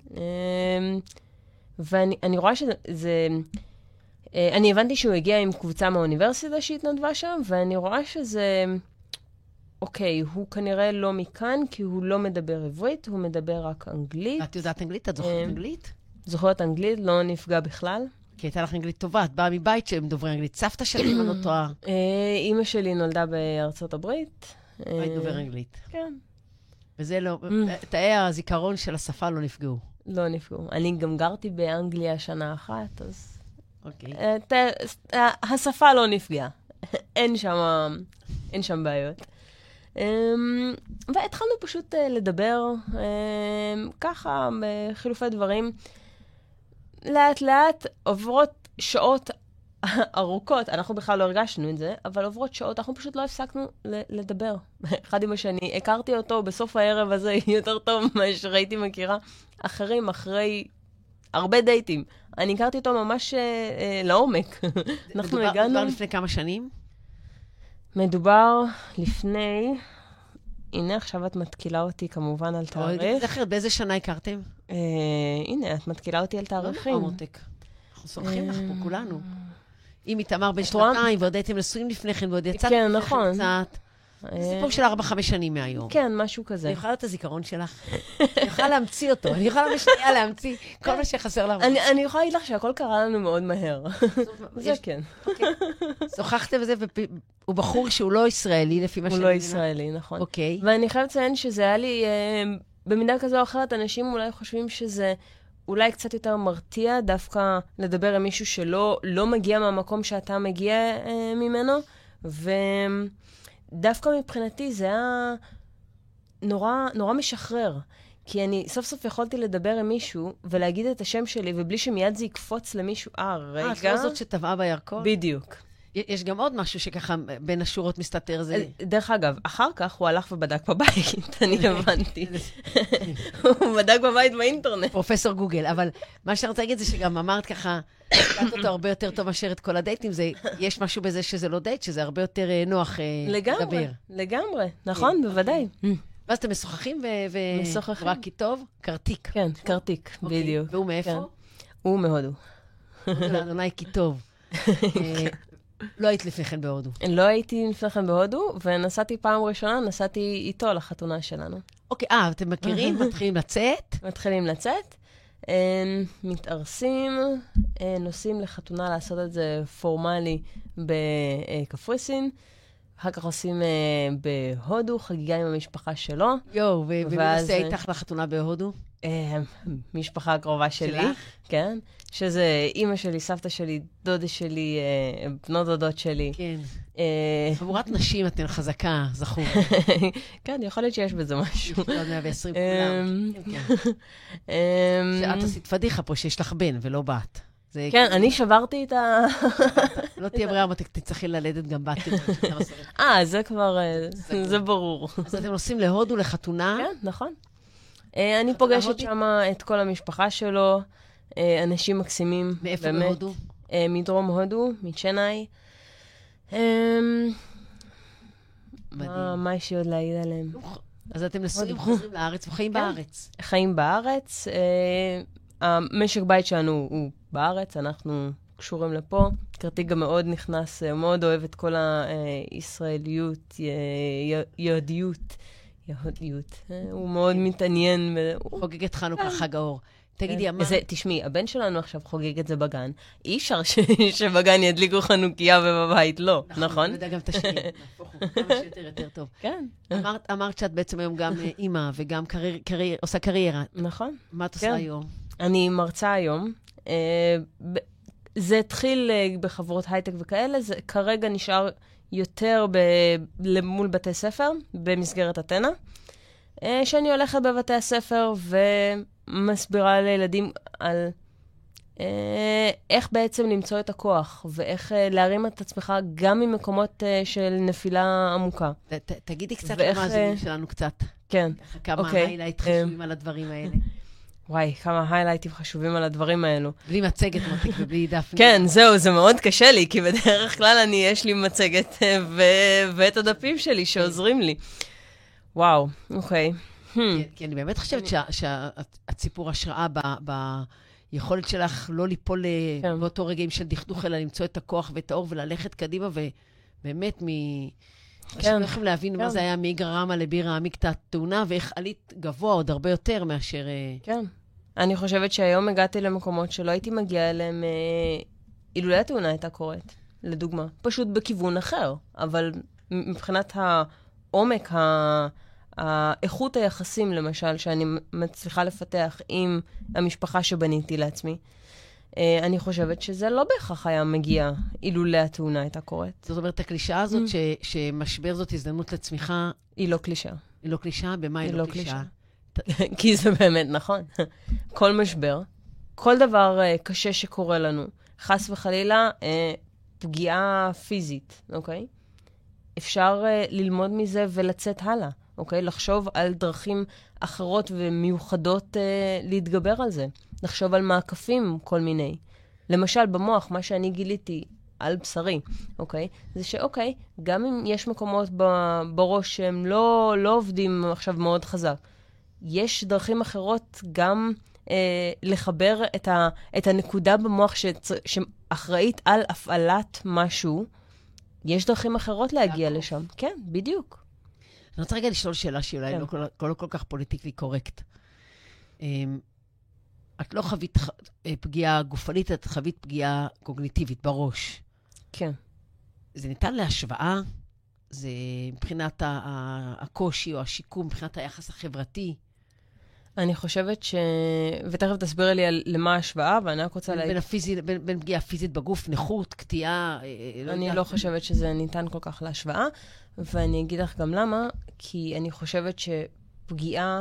ואני רואה שזה... אני הבנתי שהוא הגיע עם קבוצה מהאוניברסיטה שהתנדבה שם, ואני רואה שזה... אוקיי, הוא כנראה לא מכאן, כי הוא לא מדבר עברית, הוא מדבר רק אנגלית. את יודעת אנגלית? את זוכרת אנגלית? זוכרת אנגלית, לא נפגע בכלל. כי הייתה לך אנגלית טובה, את באה מבית שהם דוברי אנגלית. סבתא שלי, אם אני לא טועה. אמא שלי נולדה בארצות הברית. היית דובר אנגלית. כן. וזה לא... תאי הזיכרון של השפה לא נפגעו. לא נפגעו. אני גם גרתי באנגליה שנה אחת, אז... אוקיי. השפה לא נפגעה. אין שם, אין שם בעיות. והתחלנו פשוט לדבר ככה, בחילופי דברים. לאט לאט עוברות שעות ארוכות, אנחנו בכלל לא הרגשנו את זה, אבל עוברות שעות, אנחנו פשוט לא הפסקנו לדבר. אחד עם השני, הכרתי אותו בסוף הערב הזה יותר טוב ממה שראיתי מכירה. אחרים, אחרי הרבה דייטים. אני הכרתי אותו ממש אה, לעומק. אנחנו מדובר, הגענו... מדובר לפני כמה שנים? מדובר לפני... הנה, עכשיו את מתקילה אותי כמובן על תאריך. זכרת, באיזה שנה הכרתם? אה, הנה, את מתקילה אותי על תאריכים. לא מותק. אנחנו סומכים לך פה כולנו. אם איתמר בן שנתיים, ועוד הייתם נשואים לפני כן, ועוד יצאתם כן, לפני נכון. קצת. זה סיפור של ארבע, חמש שנים מהיום. כן, משהו כזה. אני יכולה את הזיכרון שלך. אני יכולה להמציא אותו. אני יכולה בשנייה להמציא כל מה שחסר לנו. אני יכולה להגיד לך שהכל קרה לנו מאוד מהר. זה כן. שוחחתם בזה, והוא בחור שהוא לא ישראלי, לפי מה שאני הוא מבינה. לא ישראלי, נכון. אוקיי. ואני חייבת לציין שזה היה לי, במידה כזו או אחרת, אנשים אולי חושבים שזה אולי קצת יותר מרתיע, דווקא לדבר עם מישהו שלא לא מגיע מהמקום שאתה מגיע ממנו, ודווקא מבחינתי זה היה נורא, נורא משחרר. כי אני סוף סוף יכולתי לדבר עם מישהו ולהגיד את השם שלי, ובלי שמיד זה יקפוץ למישהו, אה, רגע. אה, את לא זאת שטבעה בירקון? בדיוק. יש גם עוד משהו שככה בין השורות מסתתר זה... דרך אגב, אחר כך הוא הלך ובדק בבית, אני הבנתי. הוא בדק בבית באינטרנט. פרופסור גוגל, אבל מה שאני רוצה להגיד זה שגם אמרת ככה, קראת אותו הרבה יותר טוב מאשר את כל הדייטים, יש משהו בזה שזה לא דייט, שזה הרבה יותר נוח לדבר. לגמרי, לגמרי, נכון, בוודאי. ואז אתם משוחחים משוחחים. ורק כי טוב? קרתיק. כן, קרתיק, בדיוק. והוא מאיפה? הוא מהודו. אדוני כי טוב. לא היית לפני כן בהודו. לא הייתי לפני כן בהודו, ונסעתי פעם ראשונה, נסעתי איתו לחתונה שלנו. אוקיי, אה, אתם מכירים? מתחילים לצאת? מתחילים לצאת, מתארסים, נוסעים לחתונה לעשות את זה פורמלי בקפריסין, אחר כך עושים בהודו, חגיגה עם המשפחה שלו. יואו, ומי נוסע איתך לחתונה בהודו? משפחה הקרובה שלי. שלך? כן. שזה אימא שלי, סבתא שלי, דודה שלי, בנות דודות שלי. כן. חבורת נשים אתן חזקה, זכור. כן, יכול להיות שיש בזה משהו. עוד מאה ועשרים כולם. שאת עשית פדיחה פה שיש לך בן ולא בת. כן, אני שברתי את ה... לא תהיה ברירה, אבל תצטרכי ללדת גם בת. אה, זה כבר, זה ברור. אז אתם נוסעים להודו לחתונה? כן, נכון. אני פוגשת שם את כל המשפחה שלו, אנשים מקסימים. מאיפה בהודו? מדרום הודו, מצ'נאי. מה יש לי עוד להגיד עליהם? אז אתם נשואים, חוזרים לארץ וחיים בארץ. חיים בארץ. המשק בית שלנו הוא בארץ, אנחנו קשורים לפה. קרתיק גם מאוד נכנס, מאוד אוהב את כל הישראליות, יהודיות. יהודיות. הוא מאוד מתעניין. חוגג את חנוכה, חג האור. תגידי, מה? תשמעי, הבן שלנו עכשיו חוגג את זה בגן. אי אפשר שבגן ידליקו חנוכיה ובבית לא, נכון? נכון, נדע גם את השני. כמה שיותר יותר טוב. כן. אמרת שאת בעצם היום גם אימא וגם עושה קריירה. נכון. מה את עושה היום? אני מרצה היום. זה התחיל בחברות הייטק וכאלה, זה כרגע נשאר יותר מול בתי ספר, במסגרת אתנה, שאני הולכת בבתי הספר ומסבירה לילדים על איך בעצם למצוא את הכוח, ואיך להרים את עצמך גם ממקומות של נפילה עמוקה. תגידי קצת למאזינים שלנו קצת. כן. כמה היילייט חשובים על הדברים האלה. וואי, כמה היילייטים חשובים על הדברים האלו. בלי מצגת מתיק ובלי דף. כן, זהו, זה מאוד קשה לי, כי בדרך כלל אני, יש לי מצגת ואת הדפים שלי שעוזרים לי. וואו, אוקיי. כי אני באמת חושבת שהציפור השראה ביכולת שלך לא ליפול באותו רגעים של דכדוך, אלא למצוא את הכוח ואת האור וללכת קדימה, ובאמת מ... אנחנו יכולים להבין מה זה היה מגרמה לבירה העמיק את התאונה, ואיך עלית גבוה עוד הרבה יותר מאשר... כן. אני חושבת שהיום הגעתי למקומות שלא הייתי מגיעה אליהם, אילולא התאונה הייתה קורית, לדוגמה. פשוט בכיוון אחר, אבל מבחינת העומק, האיכות היחסים, למשל, שאני מצליחה לפתח עם המשפחה שבניתי לעצמי, אה, אני חושבת שזה לא בהכרח היה מגיע אילולא התאונה הייתה קורית. זאת אומרת, הקלישאה הזאת ש, שמשבר זאת הזדמנות לצמיחה, היא לא קלישאה. היא לא קלישאה? במה היא, היא לא קלישאה? כי זה באמת נכון. כל משבר, כל דבר uh, קשה שקורה לנו, חס וחלילה, uh, פגיעה פיזית, אוקיי? אפשר uh, ללמוד מזה ולצאת הלאה, אוקיי? לחשוב על דרכים אחרות ומיוחדות uh, להתגבר על זה. לחשוב על מעקפים כל מיני. למשל, במוח, מה שאני גיליתי על בשרי, אוקיי? זה שאוקיי, גם אם יש מקומות בראש שהם לא, לא עובדים עכשיו מאוד חזק, יש דרכים אחרות גם אה, לחבר את, ה, את הנקודה במוח שצ, שאחראית על הפעלת משהו. יש דרכים אחרות להגיע יעקב. לשם. כן, בדיוק. אני רוצה רגע לשאול שאלה שהיא אולי כן. לא, לא, לא כל כך פוליטיקלי קורקט. את לא חווית פגיעה גופנית, את חווית פגיעה קוגניטיבית בראש. כן. זה ניתן להשוואה? זה מבחינת הקושי או השיקום, מבחינת היחס החברתי? אני חושבת ש... ותכף תסבירי לי על למה ההשוואה, ואני רק רוצה להגיד... בין, הפיזי... בין, בין פגיעה פיזית בגוף, נכות, קטיעה... אני לא, לא חושבת שזה ניתן כל כך להשוואה, ואני אגיד לך גם למה, כי אני חושבת שפגיעה...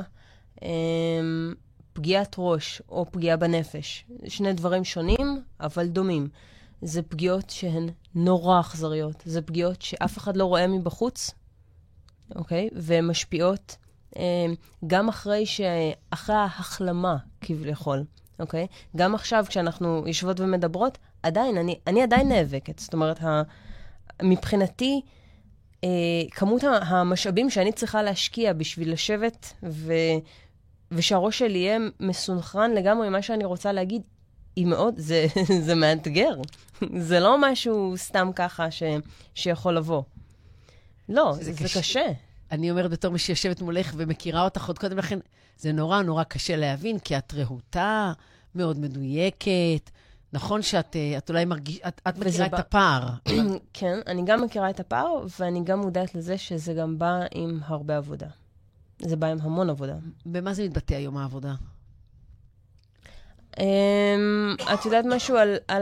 פגיעת ראש או פגיעה בנפש, שני דברים שונים, אבל דומים. זה פגיעות שהן נורא אכזריות. זה פגיעות שאף אחד לא רואה מבחוץ, אוקיי? והן משפיעות אה, גם אחרי, ש... אחרי ההחלמה, כביכול, אוקיי? גם עכשיו, כשאנחנו יושבות ומדברות, עדיין, אני, אני עדיין נאבקת. זאת אומרת, ה... מבחינתי, אה, כמות המשאבים שאני צריכה להשקיע בשביל לשבת ו... ושהראש שלי יהיה מסונכרן לגמרי מה שאני רוצה להגיד, היא מאוד, זה, זה מאתגר. זה לא משהו סתם ככה ש, שיכול לבוא. לא, זה, זה קשה. קשה. אני אומרת בתור מי שיושבת מולך ומכירה אותך עוד קודם לכן, זה נורא נורא קשה להבין, כי את רהוטה, מאוד מדויקת. נכון שאת את אולי מרגיש, את, את מכירה את הפער. כן, אני גם מכירה את הפער, ואני גם מודעת לזה שזה גם בא עם הרבה עבודה. זה בא עם המון עבודה. במה זה מתבטא היום העבודה? את יודעת משהו על... על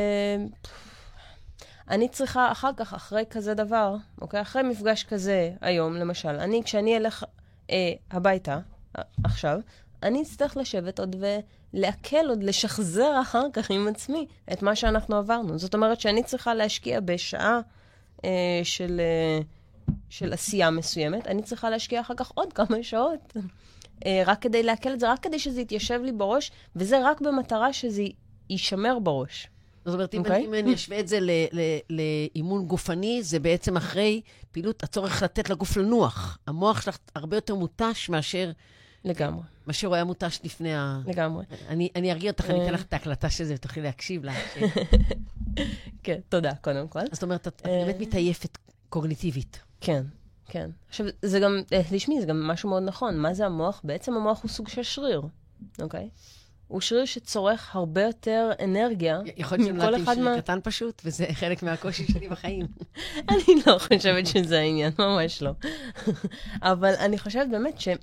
אני צריכה אחר כך, אחרי כזה דבר, אוקיי? אחרי מפגש כזה היום, למשל, אני, כשאני אלך אה, הביתה, עכשיו, אני אצטרך לשבת עוד ולהקל עוד, לשחזר אחר כך עם עצמי את מה שאנחנו עברנו. זאת אומרת שאני צריכה להשקיע בשעה אה, של... אה, של עשייה מסוימת, אני צריכה להשקיע אחר כך עוד כמה שעות. רק כדי להקל את זה, רק כדי שזה יתיישב לי בראש, וזה רק במטרה שזה יישמר בראש. זאת אומרת, אם אני אשווה את זה לאימון גופני, זה בעצם אחרי פעילות הצורך לתת לגוף לנוח. המוח שלך הרבה יותר מוטש מאשר... לגמרי. מאשר הוא היה מוטש לפני ה... לגמרי. אני ארגיע אותך, אני אתן לך את ההקלטה של זה, ותוכלי להקשיב לה. כן, תודה, קודם כל. זאת אומרת, את באמת מתעייפת קוגניטיבית. כן, כן. עכשיו, זה גם, לשמי, זה גם משהו מאוד נכון. מה זה המוח? בעצם המוח הוא סוג של שריר, אוקיי? הוא שריר שצורך הרבה יותר אנרגיה. יכול להיות שנולדתי עם שריר קטן פשוט, וזה חלק מהקושי שלי בחיים. אני לא חושבת שזה העניין, ממש לא. אבל אני חושבת באמת ש...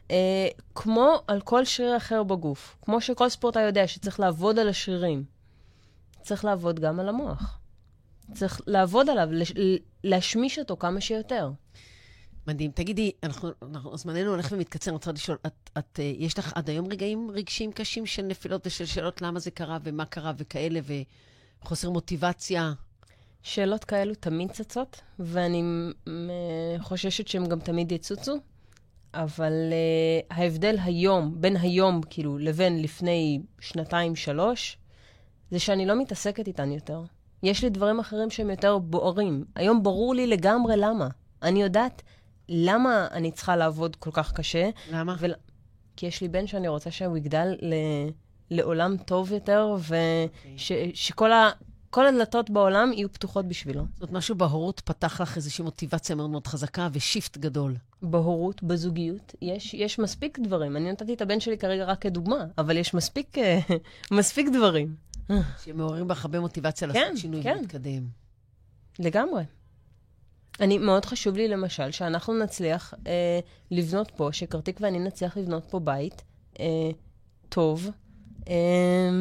כמו על כל שריר אחר בגוף, כמו שכל ספורטאי יודע שצריך לעבוד על השרירים, צריך לעבוד גם על המוח. צריך לעבוד עליו, להשמיש אותו כמה שיותר. מדהים. תגידי, אנחנו, אנחנו, זמננו הולך ומתקצר, אני רוצה לשאול, את, את, יש לך עד היום רגעים רגשיים קשים של נפילות ושל שאלות למה זה קרה ומה קרה וכאלה וחוסר מוטיבציה? שאלות כאלו תמיד צצות, ואני חוששת שהם גם תמיד יצוצו, אבל uh, ההבדל היום, בין היום כאילו לבין לפני שנתיים, שלוש, זה שאני לא מתעסקת איתן יותר. יש לי דברים אחרים שהם יותר בוערים. היום ברור לי לגמרי למה. אני יודעת למה אני צריכה לעבוד כל כך קשה. למה? ול... כי יש לי בן שאני רוצה שהוא יגדל ל... לעולם טוב יותר, ושכל ה... כל הדלתות בעולם יהיו פתוחות בשבילו. זאת אומרת, משהו בהורות פתח לך איזושהי מוטיבציה מאוד מאוד חזקה ושיפט גדול. בהורות, בזוגיות, יש, יש מספיק דברים. אני נתתי את הבן שלי כרגע רק כדוגמה, אבל יש מספיק, מספיק דברים. שמעוררים בך הרבה מוטיבציה לעשות כן, שינוי כן. ולהתקדם. לגמרי. אני, מאוד חשוב לי למשל שאנחנו נצליח אה, לבנות פה, שקרתיק ואני נצליח לבנות פה בית אה, טוב, אה,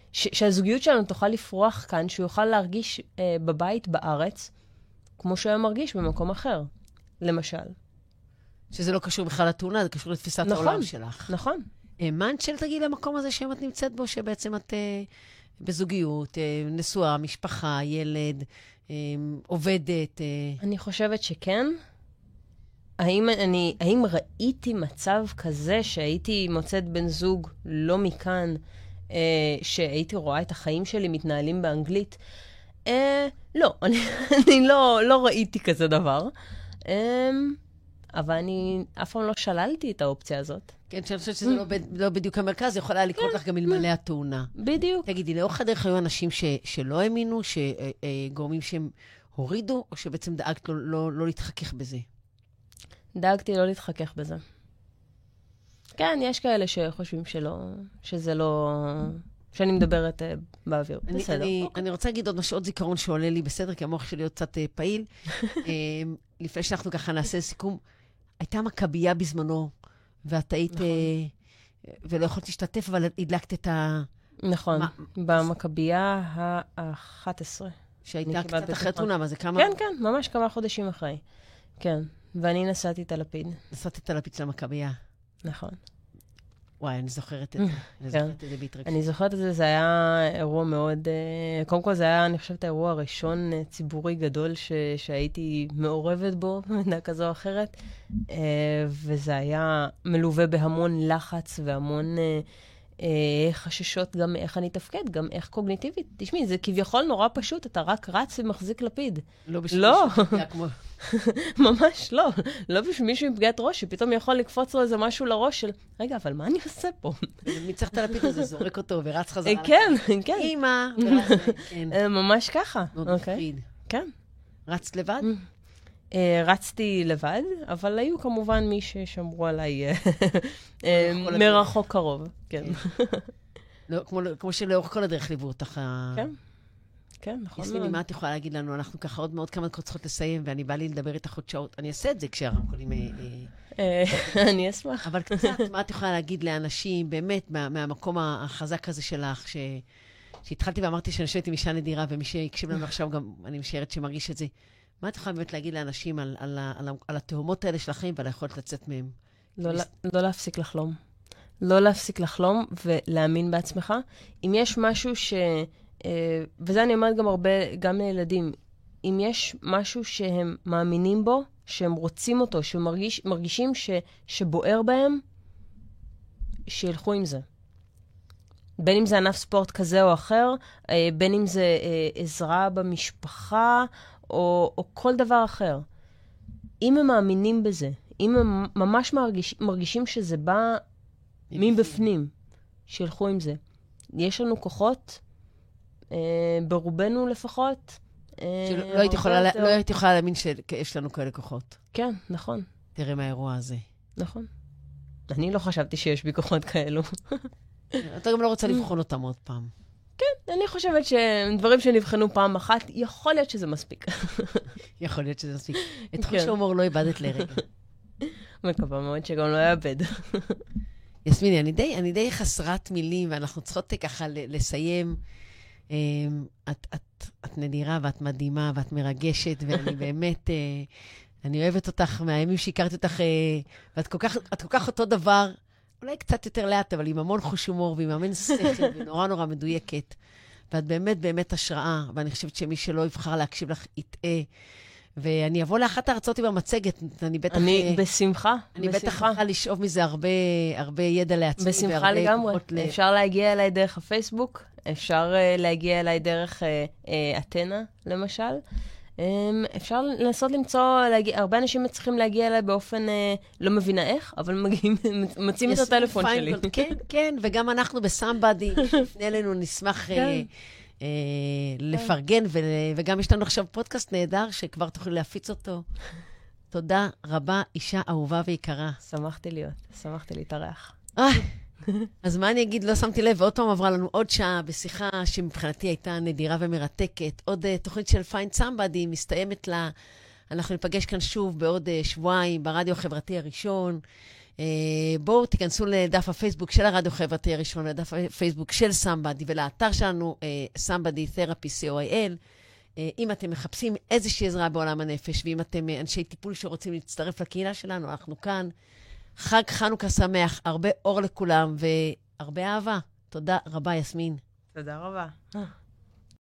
ש, שהזוגיות שלנו תוכל לפרוח כאן, שהוא יוכל להרגיש אה, בבית בארץ, כמו שהוא היה מרגיש במקום אחר, למשל. שזה לא קשור בכלל לתאונה, זה קשור לתפיסת נכון, העולם שלך. נכון. האמנת של תגידי למקום הזה שהיום את נמצאת בו, שבעצם את אה, בזוגיות, אה, נשואה, משפחה, ילד, אה, עובדת. אה... אני חושבת שכן. האם, אני, האם ראיתי מצב כזה שהייתי מוצאת בן זוג לא מכאן, אה, שהייתי רואה את החיים שלי מתנהלים באנגלית? אה, לא, אני, אני לא, לא ראיתי כזה דבר. אה, אבל אני אף פעם לא שללתי את האופציה הזאת. כן, שאני חושבת שזה לא, ב, לא בדיוק המרכז, זה יכול היה לקרות לך גם אלמלא התאונה. בדיוק. תגידי, לאורך הדרך היו אנשים ש, שלא האמינו, שגורמים שהם הורידו, או שבעצם דאגת לא, לא, לא להתחכך בזה? דאגתי לא להתחכך בזה. כן, יש כאלה שחושבים שלא, שזה לא... שאני מדברת uh, באוויר. אני, בסדר. אני, אוקיי. אני רוצה להגיד עוד משהו, עוד זיכרון שעולה לי בסדר, כי המוח שלי עוד קצת uh, פעיל. um, לפני שאנחנו ככה נעשה סיכום, הייתה מכבייה בזמנו, ואת היית... נכון. Uh, ולא יכולת להשתתף, אבל הדלקת את ה... נכון. מה... במכבייה ה-אחת עשרה. שהייתה קצת אחרי תאונה, מה זה כמה... כן, כן, ממש כמה חודשים אחרי. כן. ואני נסעתי את הלפיד. נסעתי את הלפיד של המכבייה. נכון. וואי, אני זוכרת את זה. אני זוכרת את זה בהתרגשות. אני זוכרת את זה, זה היה אירוע מאוד... קודם כל, זה היה, אני חושבת, האירוע הראשון ציבורי גדול שהייתי מעורבת בו, במדינה כזו או אחרת. וזה היה מלווה בהמון לחץ והמון חששות גם איך אני תפקד, גם איך קוגניטיבית. תשמעי, זה כביכול נורא פשוט, אתה רק רץ ומחזיק לפיד. לא בשביל לא. כמו... ממש לא. לא בשביל מישהו עם פגיעת ראש, שפתאום יכול לקפוץ לו איזה משהו לראש של, רגע, אבל מה אני עושה פה? מי צריך את הלפיד הזה, זורק אותו ורץ חזרה. כן, כן. אמא, ממש ככה. מאוד מפחיד. כן. רצת לבד? רצתי לבד, אבל היו כמובן מי ששמרו עליי מרחוק קרוב. כן. כמו שלאורך כל הדרך ליוו אותך. כן. כן, נכון. יסמיני, מה את יכולה להגיד לנו? אנחנו ככה עוד מאוד כמה דקות צריכות לסיים, ואני באה לי לדבר איתך עוד שעות. אני אעשה את זה כשהרמקולים... אני אשמח. אבל קצת, מה את יכולה להגיד לאנשים, באמת, מהמקום החזק הזה שלך, שהתחלתי ואמרתי שאני יושבת עם אישה נדירה, ומי שיקשיב לנו עכשיו גם, אני משערת שמרגיש את זה. מה את יכולה באמת להגיד לאנשים על התהומות האלה שלכם, ועל היכולת לצאת מהם? לא להפסיק לחלום. לא להפסיק לחלום ולהאמין בעצמך. אם יש משהו ש... וזה אני אומרת גם הרבה, גם לילדים, אם יש משהו שהם מאמינים בו, שהם רוצים אותו, שמרגישים ש, שבוער בהם, שילכו עם זה. בין אם זה ענף ספורט כזה או אחר, בין אם זה עזרה במשפחה, או, או כל דבר אחר. אם הם מאמינים בזה, אם הם ממש מרגיש, מרגישים שזה בא מבפנים, שילכו עם זה. יש לנו כוחות, ברובנו לפחות. שלא הייתי יכולה, לא הייתי יכולה להאמין שיש לנו כאלה כוחות. כן, נכון. תראה מהאירוע הזה. נכון. אני לא חשבתי שיש בי כוחות כאלו. אתה גם לא רוצה לבחון אותם עוד פעם. כן, אני חושבת שדברים שנבחנו פעם אחת, יכול להיות שזה מספיק. יכול להיות שזה מספיק. את חוש ההומור לא איבדת לרגע. מקווה מאוד שגם לא יאבד. יסמיני, אני די, אני די חסרת מילים, ואנחנו צריכות ככה לסיים. את, את, את נדירה ואת מדהימה ואת מרגשת, ואני באמת, אני אוהבת אותך מהימים שהכרתי אותך, ואת כל כך, את כל כך אותו דבר, אולי קצת יותר לאט, אבל עם המון חוש הומור ועם המון שכל ונורא נורא מדויקת. ואת באמת באמת השראה, ואני חושבת שמי שלא יבחר להקשיב לך יטעה. ואני אבוא לאחת הארצות עם המצגת, אני בטח... אני בשמחה. אני בטח אוכל לשאוב מזה הרבה, הרבה ידע לעצמי. בשמחה לגמרי. אפשר להגיע אליי דרך הפייסבוק, אפשר להגיע אליי דרך אתנה, למשל. אפשר לנסות למצוא, הרבה אנשים צריכים להגיע אליי באופן, לא מבינה איך, אבל מוצאים את הטלפון שלי. כן, כן, וגם אנחנו בסמבדי, לפני אלינו נשמח לפרגן, וגם יש לנו עכשיו פודקאסט נהדר, שכבר תוכלי להפיץ אותו. תודה רבה, אישה אהובה ויקרה. שמחתי להיות, שמחתי להתארח. אז מה אני אגיד, לא שמתי לב, ועוד פעם עברה לנו עוד שעה בשיחה שמבחינתי הייתה נדירה ומרתקת. עוד uh, תוכנית של Find Somebody מסתיימת לה. אנחנו ניפגש כאן שוב בעוד uh, שבועיים ברדיו החברתי הראשון. בואו תיכנסו לדף הפייסבוק של הרדיו חברתי הראשון, לדף הפייסבוק של סמבדי, ולאתר שלנו, סמבדי תרפי סי או איי אל. אם אתם מחפשים איזושהי עזרה בעולם הנפש, ואם אתם אנשי טיפול שרוצים להצטרף לקהילה שלנו, אנחנו כאן. חג חנוכה שמח, הרבה אור לכולם, והרבה אהבה. תודה רבה, יסמין. תודה רבה.